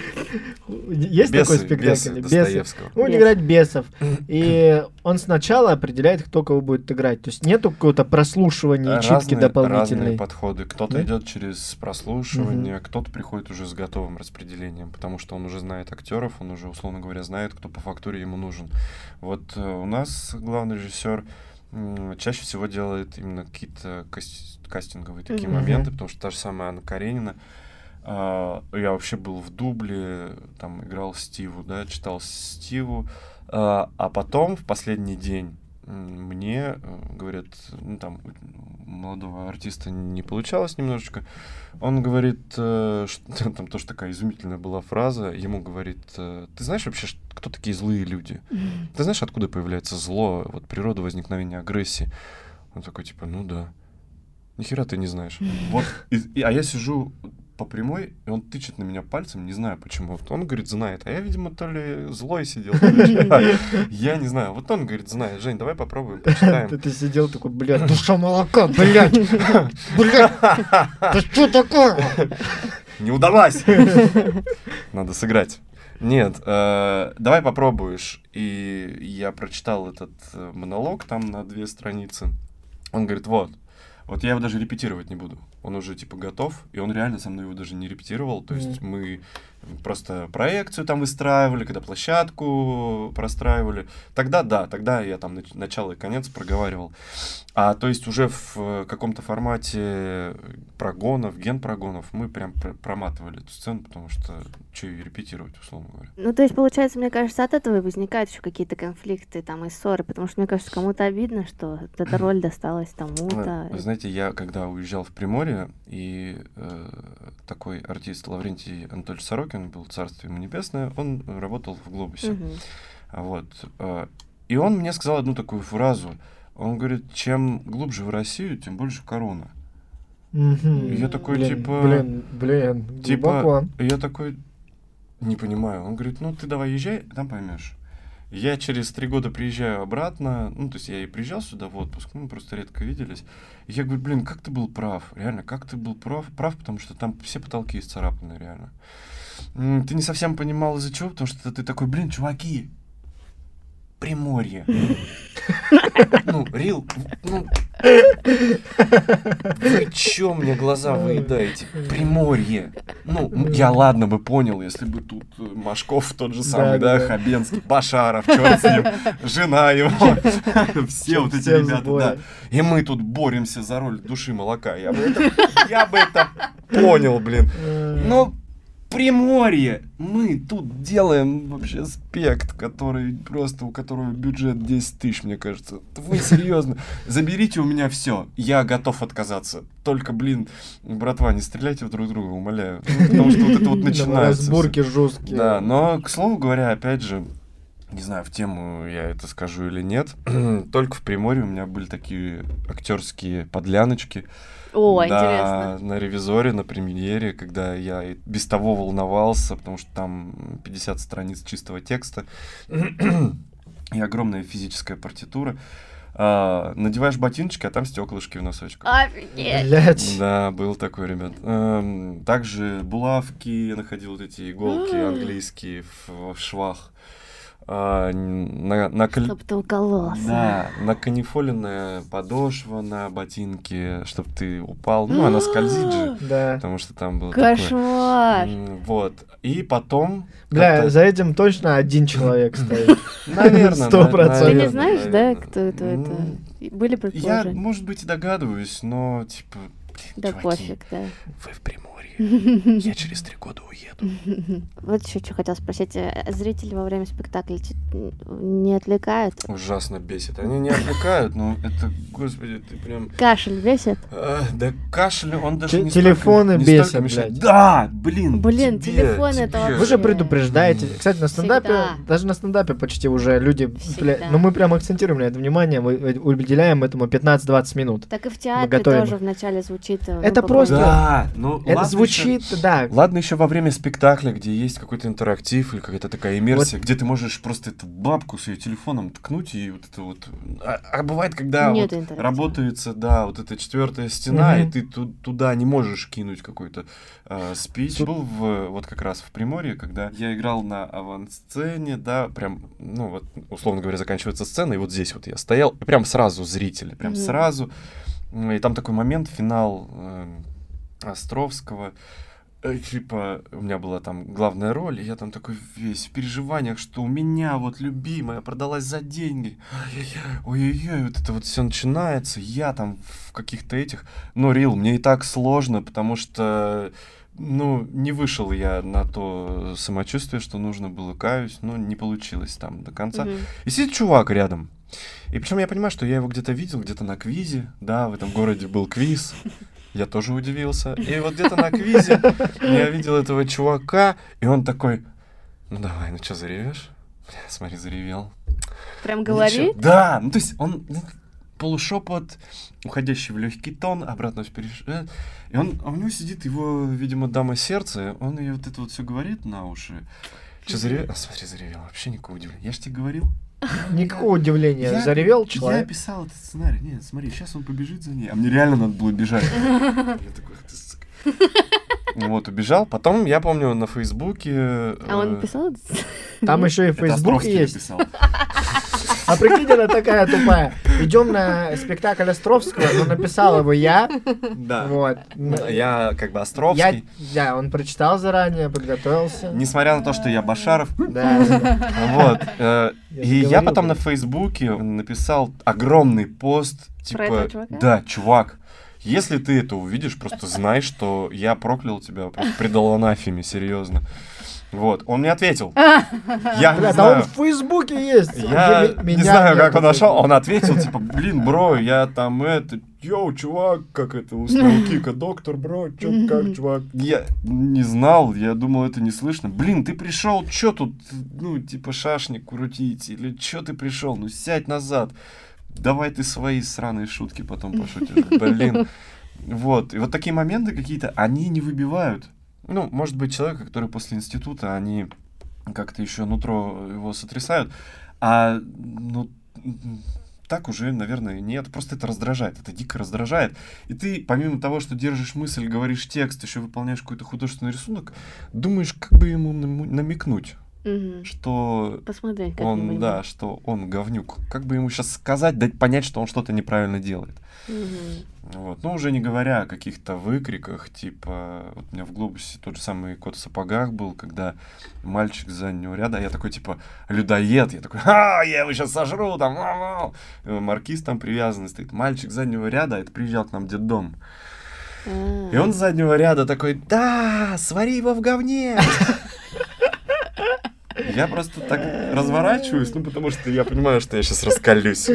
Есть такой Бесы, спектакль? бесы Бесы. Достоевского. Мы будем Бес. играть бесов. И он сначала определяет, кто кого будет играть. То есть нету какого-то прослушивания, читки Разные, разные дополнительной. подходы. Кто-то Да? идет через прослушивание, кто-то приходит уже с готовым распределением, потому что он уже знает актеров, он уже, условно говоря, знает, кто по фактуре ему нужен. Вот э, у нас главный режиссер м, чаще всего делает именно какие-то кас- кастинговые такие Мгм. моменты, потому что та же самая Анна Каренина. а, я вообще был в дубле, там играл Стиву, да, читал Стиву, а, а потом в последний день м, мне э, говорят, ну там у молодого артиста не получалось немножечко, он говорит, э, что, там тоже такая изумительная была фраза, ему говорит, э, ты знаешь вообще, ш- кто такие злые люди? Ты знаешь, откуда появляется зло, вот природа возникновения агрессии? Он такой, типа, ну да. Нихера ты не знаешь. Вот, и- и- а я сижу по прямой, и он тычет на меня пальцем, не знаю почему. Вот он говорит, знает. А я, видимо, то ли злой сидел, то ли чё. Я не знаю. Вот он говорит, знает. Жень, давай попробуем, Ты, почитаем. ты сидел такой, блядь, душа молока, блядь, блядь, да что такое? Не удалась! Надо сыграть. Нет, э, давай попробуешь. И я прочитал этот э, монолог там на две страницы. Он говорит, вот, вот я его даже репетировать не буду. Он уже типа готов, и он реально со мной его даже не репетировал. То есть мы просто проекцию там выстраивали, когда площадку простраивали. Тогда да, тогда я там нач- начало и конец проговаривал. А то есть уже в э, каком-то формате прогонов, генпрогонов мы прям пр- проматывали эту сцену, потому что что и репетировать, условно говоря. Ну, то есть, получается, мне кажется, от этого и возникают еще какие-то конфликты там и ссоры, потому что, мне кажется, кому-то обидно, что вот эта роль досталась тому-то. Вы знаете, я когда уезжал в Приморье, и э, такой артист Лаврентий Анатольевич Сорокин был, царствие ему небесное, он работал в Глобусе. Мгм. А Вот. э, И он мне сказал одну такую фразу. Он говорит, чем глубже в Россию, тем больше корона. Мгм. И я такой, Блин, типа... блин, блин, Типа, глубоко. и я такой, не понимаю. Он говорит, ну ты давай езжай, там поймешь. Я через три года приезжаю обратно, ну, то есть я и приезжал сюда в отпуск, ну, мы просто редко виделись. И я говорю, блин, как ты был прав, реально, как ты был прав, прав, потому что там все потолки исцарапаны, реально. М, Ты не совсем понимал из-за чего, потому что ты такой, блин, чуваки, Приморье. Ну, Рил, ну, Вы чё мне глаза выедаете? Приморье. Ну, я ладно бы понял, если бы тут Машков тот же самый, да, Хабенский, Башаров, чёрт с ним, жена его, все вот эти ребята, да. И мы тут боремся за роль души молока. Я бы это, я бы это понял, блин. Но Приморье. Мы тут делаем вообще спект, который просто, у которого бюджет десять тысяч, мне кажется. Вы серьезно? Заберите у меня все. Я готов отказаться. Только, блин, братва, не стреляйте в друг друга, умоляю. Ну, потому что вот это вот начинается. Разборки жесткие. Да, но, к слову говоря, опять же, не знаю, в тему я это скажу или нет, только в Приморье у меня были такие актерские подляночки. О, да, интересно. на «Ревизоре», на премьере, когда я и без того волновался, потому что там пятьдесят страниц чистого текста и огромная физическая партитура. А, надеваешь ботиночки, а там стеклышки в носочках. Офигеть. Блять. Да, был такой, ребят. Эм, также булавки, я находил вот эти иголки английские в, в швах. А, на, на каль... Чтоб ты укололся. Да, на канифоленная подошва на ботинке, чтобы ты упал. Ну, она скользит же, Да. потому что там было Кошмар. такое. М, Вот. И потом... Бля, как-то- за этим точно один человек стоит. Наверное. Сто на- процентов. Ты не наверное, знаешь, да, наверное. кто это? это? М, Были Я, предположения? может быть, и догадываюсь, но, типа, блин, Да чуваки, пофиг, да. вы в Приморье. Я через три года уеду. Вот еще что хотел спросить. э, Зрители во время спектакля те- не отвлекают? Ужасно бесит. Они не отвлекают, но это, господи, ты прям... Кашель бесит? А, да кашель, он даже Те- не телефоны столько, не бесят, столько мешает. блядь. Да, блин, Блин, тебе, телефон тебе. это Вы же вообще- предупреждаете. Кстати, на стендапе, Всегда. даже на стендапе почти уже люди, бля, Всегда. ну мы прям акцентируем на это внимание, мы э, уделяем этому пятнадцать-двадцать минут. Так и в театре готовим. тоже вначале звучит. э, ну, Это буквально. просто- Да, ну Это ладно звучит, да. Еще, ладно еще во время спектакля, где есть какой-то интерактив или какая-то такая иммерсия, где ты можешь просто эту бабку с ее телефоном ткнуть и вот это вот... А, а бывает, когда Нет вот интерактива. работается, да, вот эта четвертая стена, Мгм. и ты ту- туда не можешь кинуть какой-то э, спич. Су- Был в, вот как раз в Приморье, когда я играл на авансцене, да, прям, ну вот, условно говоря, заканчивается сцена, и вот здесь вот я стоял, и прям сразу зрители, прям Мгм. сразу. И там такой момент, финал э, Островского, э, типа, у меня была там главная роль, и я там такой весь в переживаниях, что у меня вот любимая продалась за деньги. Ой-ой-ой, ой-ой-ой, вот это вот все начинается, я там в каких-то этих... Но, Рил, мне и так сложно, потому что, ну, не вышел я на то самочувствие, что нужно было, каюсь, но не получилось там до конца. Мгм. И сидит чувак рядом. И причем я понимаю, что я его где-то видел, где-то на квизе. Да, в этом городе был квиз. Я тоже удивился. И вот где-то на квизе я видел этого чувака, и он такой: ну давай, ну что, заревешь? Бля, смотри, заревел. Прям Ничего. говорит? Да, ну то есть он ну, полушепот, уходящий в легкий тон, обратно переш... И он, а у него сидит его, видимо, дама сердца, он ей вот это вот все говорит на уши. Че заревел? А, смотри, заревел, вообще никакого удивления. Я ж тебе говорил. Никакого удивления. Я- Заревел Я человек. писал этот сценарий. Нет, смотри, сейчас он побежит за ней. А мне реально надо было бежать. Я такой: «Ах ты, сука». Вот, убежал. Потом, я помню, на Фейсбуке... А он э, писал? Там еще и это Facebook Островский есть. написал. А прикинь, она такая тупая. Идем на спектакль Островского, но написал его я. Да. Вот. Я как бы Я, Островский. да, он прочитал заранее, подготовился. Несмотря на то, что я Башаров. Да. Вот. э, Я И же я говорил, потом на блин. Фейсбуке написал огромный пост, Про типа, этого чувака? да, чувак, если ты это увидишь, просто знай, что я проклял тебя, просто предал анафеме, серьезно. Вот, он мне ответил. Я не Бля, да знаю. он в Фейсбуке есть. Я М- не меня знаю, как нету он нашел. в Он ответил, типа, блин, бро, я там это, йоу, чувак, как это, уснул Кика, доктор, бро, чё, как, чувак? Я не знал, я думал, это не слышно. Блин, ты пришел, чё тут, ну, типа, шашник крутить, или чё ты пришел? Ну, сядь назад. Давай ты свои сраные шутки потом пошутишь. Блин. Вот, и вот такие моменты какие-то, они не выбивают. Ну, может быть, человека, который после института, они как-то еще нутро его сотрясают, а, ну, так уже, наверное, нет. Просто это раздражает, это дико раздражает. И ты, помимо того, что держишь мысль, говоришь текст, еще выполняешь какой-то художественный рисунок, думаешь, как бы ему нам- намекнуть. Мгм. что Посмотреть он, как-нибудь. да, что он говнюк. Как бы ему сейчас сказать, дать понять, что он что-то неправильно делает. Мгм. Вот. Ну, уже не говоря о каких-то выкриках, типа, вот у меня в «Глобусе» тот же самый «Кот в сапогах» был, когда мальчик с заднего ряда, а я такой, типа, людоед, я такой, а, я его сейчас сожру, там, а, а. Маркиз там привязанный стоит, мальчик с заднего ряда, это приезжал к нам в детдом. А. И он с заднего ряда такой, да, свари его в говне. Я просто так разворачиваюсь, ну, потому что я понимаю, что я сейчас раскалюсь.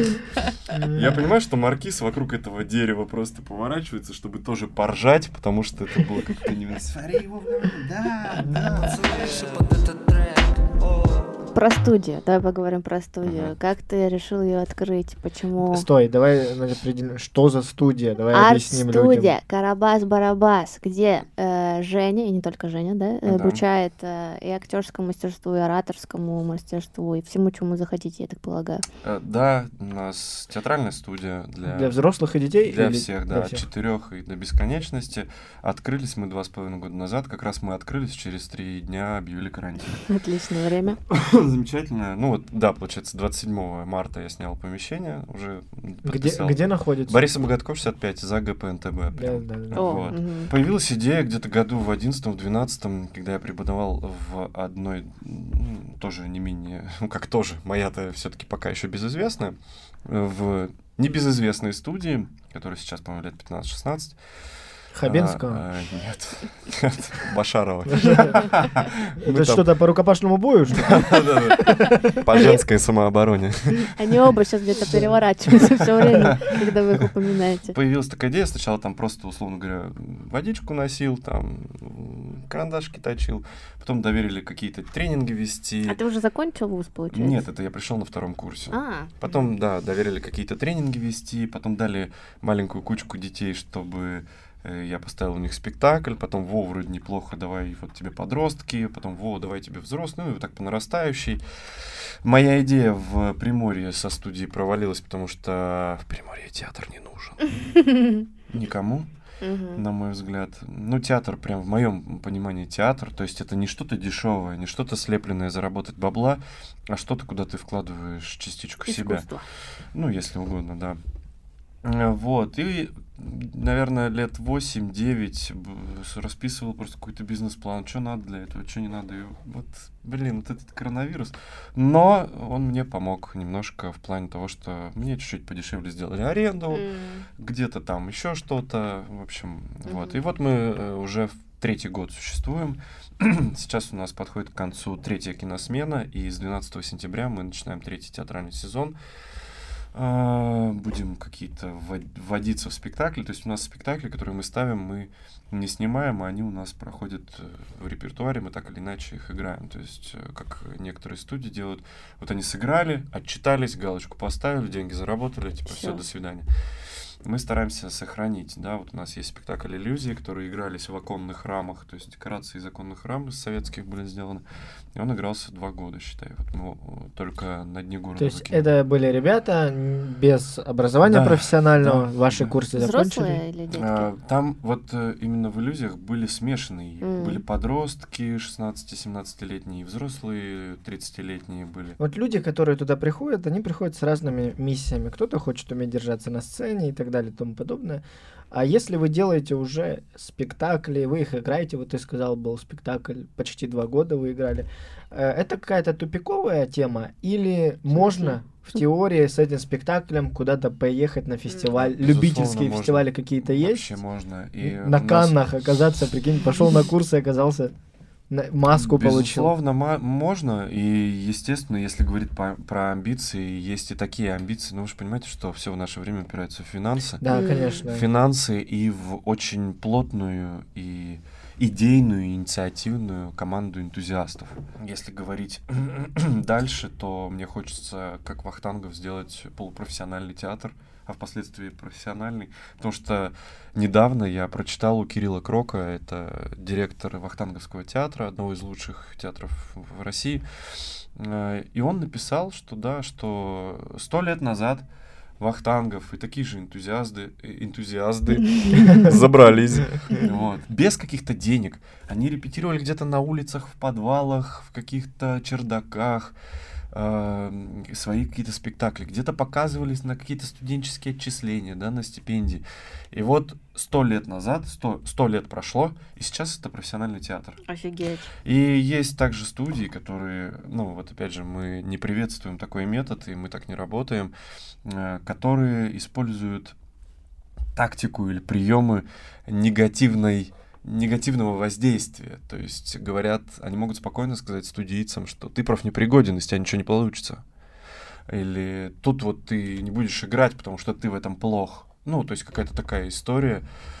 Я понимаю, что Маркиз вокруг этого дерева просто поворачивается, чтобы тоже поржать, потому что это было как-то не... Свари его в говне, да, да. под этот трек. Про студию. Давай поговорим про студию. Мгм. Как ты решил ее открыть? Почему? Стой, давай определим, что за студия, давай объясним людям. Арт-студия Карабас-Барабас, где э, Женя, и не только Женя, да, Да. обучает э, и актерскому мастерству, и ораторскому мастерству, и всему, чему захотите, я так полагаю. Э, Да, у нас театральная студия для... Для взрослых и детей? Для или всех, для да, от всех? четырех и до бесконечности. Открылись мы два с половиной года назад. Как раз мы открылись, через три дня объявили карантин. Отличное время. Замечательно. Ну вот, да, получается, двадцать седьмого марта я снял помещение, уже Где, подписал. где находится? Бориса Богатков, шестьдесят пять, за ГПНТБ. Да, прям. да, да. О, Вот. мгм. Появилась идея где-то году в одиннадцатом, в двенадцатом, когда я преподавал в одной, м, тоже не менее, ну как тоже, моя-то все-таки пока еще безызвестная, в небезызвестной студии, которая сейчас, по-моему, лет пятнадцать-шестнадцать. Хабенского? А, а, нет, нет, Башарова. Мы Это там- что-то по рукопашному бою, что ли? Да-да-да. По женской самообороне. Они оба сейчас где-то переворачиваются все время, когда вы их упоминаете. Появилась такая идея, сначала там просто, условно говоря, водичку носил, там м, карандашки точил, потом доверили какие-то тренинги вести. А ты уже закончил вуз, получается? Нет, это я пришел на втором курсе. А, Потом, да, доверили какие-то тренинги вести, потом дали маленькую кучку детей, чтобы э, я поставил у них спектакль, потом, во, вроде неплохо, давай вот тебе подростки, потом, во, давай тебе взрослые, ну и вот так по нарастающей. Моя идея в Приморье со студией провалилась, потому что в Приморье театр не нужен никому, мгм. на мой взгляд. Ну, театр, прям в моем понимании театр, то есть это не что-то дешевое, не что-то слепленное заработать бабла, а что-то, куда ты вкладываешь частичку себя. Искусство. Ну, если угодно, да. Э, Вот, и, наверное, лет восемь-девять расписывал просто какой-то бизнес-план, что надо для этого, что не надо. И вот, блин, вот этот коронавирус. Но он мне помог немножко в плане того, что мне чуть-чуть подешевле сделали аренду, М. где-то там еще что-то, в общем, вот. Мгм. И вот мы э, уже в третий год существуем. Сейчас у нас подходит к концу третья киносмена, и с двенадцатого сентября мы начинаем третий театральный сезон. А, Будем какие-то ввод- вводиться в спектакли. То есть у нас спектакли, которые мы ставим, мы не снимаем, а они у нас проходят э, в репертуаре, мы так или иначе их играем. То есть, э, как некоторые студии делают, вот они сыграли, отчитались, галочку поставили, деньги заработали, типа, все, Всё. до свидания. Мы стараемся сохранить, да, вот у нас есть спектакль «Иллюзии», которые игрались в оконных рамах, то есть декорации из оконных рам из советских были сделаны, и он игрался два года, считай, вот мы его только на дне города То есть выкинули. это были ребята м, без образования Да, профессионального, да, ваши да. курсы Взрослые закончили? или детки? А, Там вот э, именно в «Иллюзиях» были смешанные. М. Были подростки шестнадцати-семнадцатилетние, и взрослые тридцатилетние были. Вот люди, которые туда приходят, они приходят с разными миссиями. Кто-то хочет уметь держаться на сцене и так далее и тому подобное. А если вы делаете уже спектакли, вы их играете, вот ты сказал, был спектакль, почти два года вы играли, э, это какая-то тупиковая тема или можно в теории с этим спектаклем куда-то поехать на фестиваль? Безусловно, Любительские можно. фестивали какие-то есть? Вообще можно. И На у нас- Каннах оказаться, прикинь, пошел на курсы, оказался, на- маску получил. Безусловно, ма- можно. И, естественно, если говорить по- про амбиции, есть и такие амбиции. Но вы же понимаете, что все в наше время упирается в финансы. Да, М. конечно. В финансы и в очень плотную и идейную, инициативную команду энтузиастов. Если говорить дальше, то мне хочется, как Вахтангов, сделать полупрофессиональный театр, а впоследствии профессиональный. Потому что недавно я прочитал у Кирилла Крока, это директор Вахтанговского театра, одного из лучших театров в России, э, и он написал, что да, что сто лет назад Вахтангов и такие же энтузиасты, энтузиасты забрались. Вот. Без каких-то денег. Они репетировали где-то на улицах, в подвалах, в каких-то чердаках, э, свои какие-то спектакли. Где-то показывались на какие-то студенческие отчисления, да, на стипендии. И вот сто лет назад, сто, сто лет прошло, и сейчас это профессиональный театр. Офигеть. И есть также студии, которые, ну вот опять же, мы не приветствуем такой метод, и мы так не работаем, э, которые используют тактику или приемы негативной, негативного воздействия. То есть говорят, они могут спокойно сказать студийцам, что ты профнепригоден, из тебя ничего не получится. Или тут вот ты не будешь играть, потому что ты в этом плох. Ну, то есть какая-то такая история.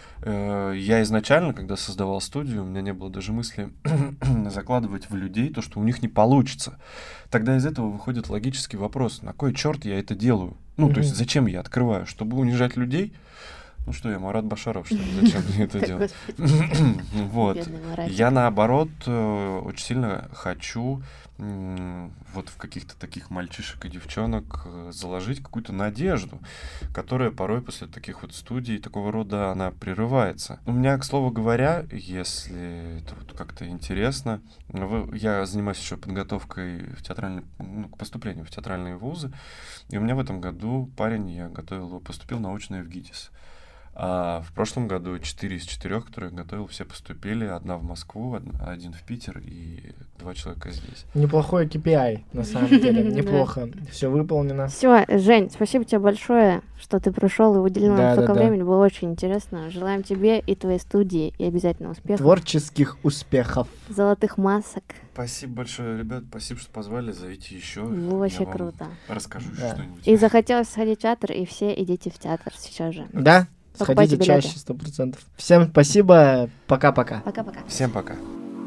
Я изначально, когда создавал студию, у меня не было даже мысли закладывать в людей то, что у них не получится. Тогда из этого выходит логический вопрос, на кой черт я это делаю? Ну, mm-hmm. то есть зачем я открываю? Чтобы унижать людей? Ну что, я Марат Башаров, что ли? Зачем мне это делать? Вот. Я, наоборот, очень сильно хочу вот в каких-то таких мальчишек и девчонок заложить какую-то надежду, которая порой после таких вот студий такого рода, она прерывается. У меня, к слову говоря, если это вот как-то интересно, я занимаюсь еще подготовкой в театральный, ну, к поступлению в театральные вузы, и у меня в этом году парень, я готовил, поступил на очное в ГИТИС. А в прошлом году четыре из четырех, которые я готовил, все поступили. Одна в Москву, один в Питер и два человека здесь. Неплохой кей пи ай, на самом деле. Неплохо. Все выполнено. Все, Жень, спасибо тебе большое, что ты пришел и уделил нам Да, столько да, да. времени. Было очень интересно. Желаем тебе и твоей студии и обязательно успехов. Творческих успехов. Золотых масок. Спасибо большое, ребят. Спасибо, что позвали. Зовите еще. Вообще Я вам круто. расскажу Да. что-нибудь. И захотелось сходить в театр, и все идите в театр сейчас же. Да? Покупайте Сходите билеты. чаще, сто процентов. Всем спасибо. Пока-пока. Пока-пока. Всем пока.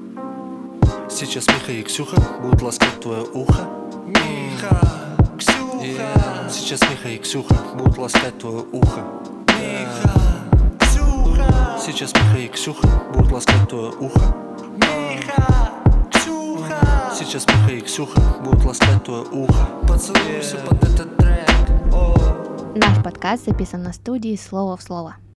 Сейчас Миха и Ксюха будут ласкать твое ухо. Миха, Ксюха. Yeah. Сейчас Миха и Ксюха будут ласкать твое ухо. Миха, Ксюха. Сейчас Миха и Ксюха будут ласкать твое ухо. Миха, Ксюха. Сейчас Миха и Ксюха будут ласкать твое ухо. Поцелуйся под этот трек. Наш подкаст записан на студии «Слово в слово».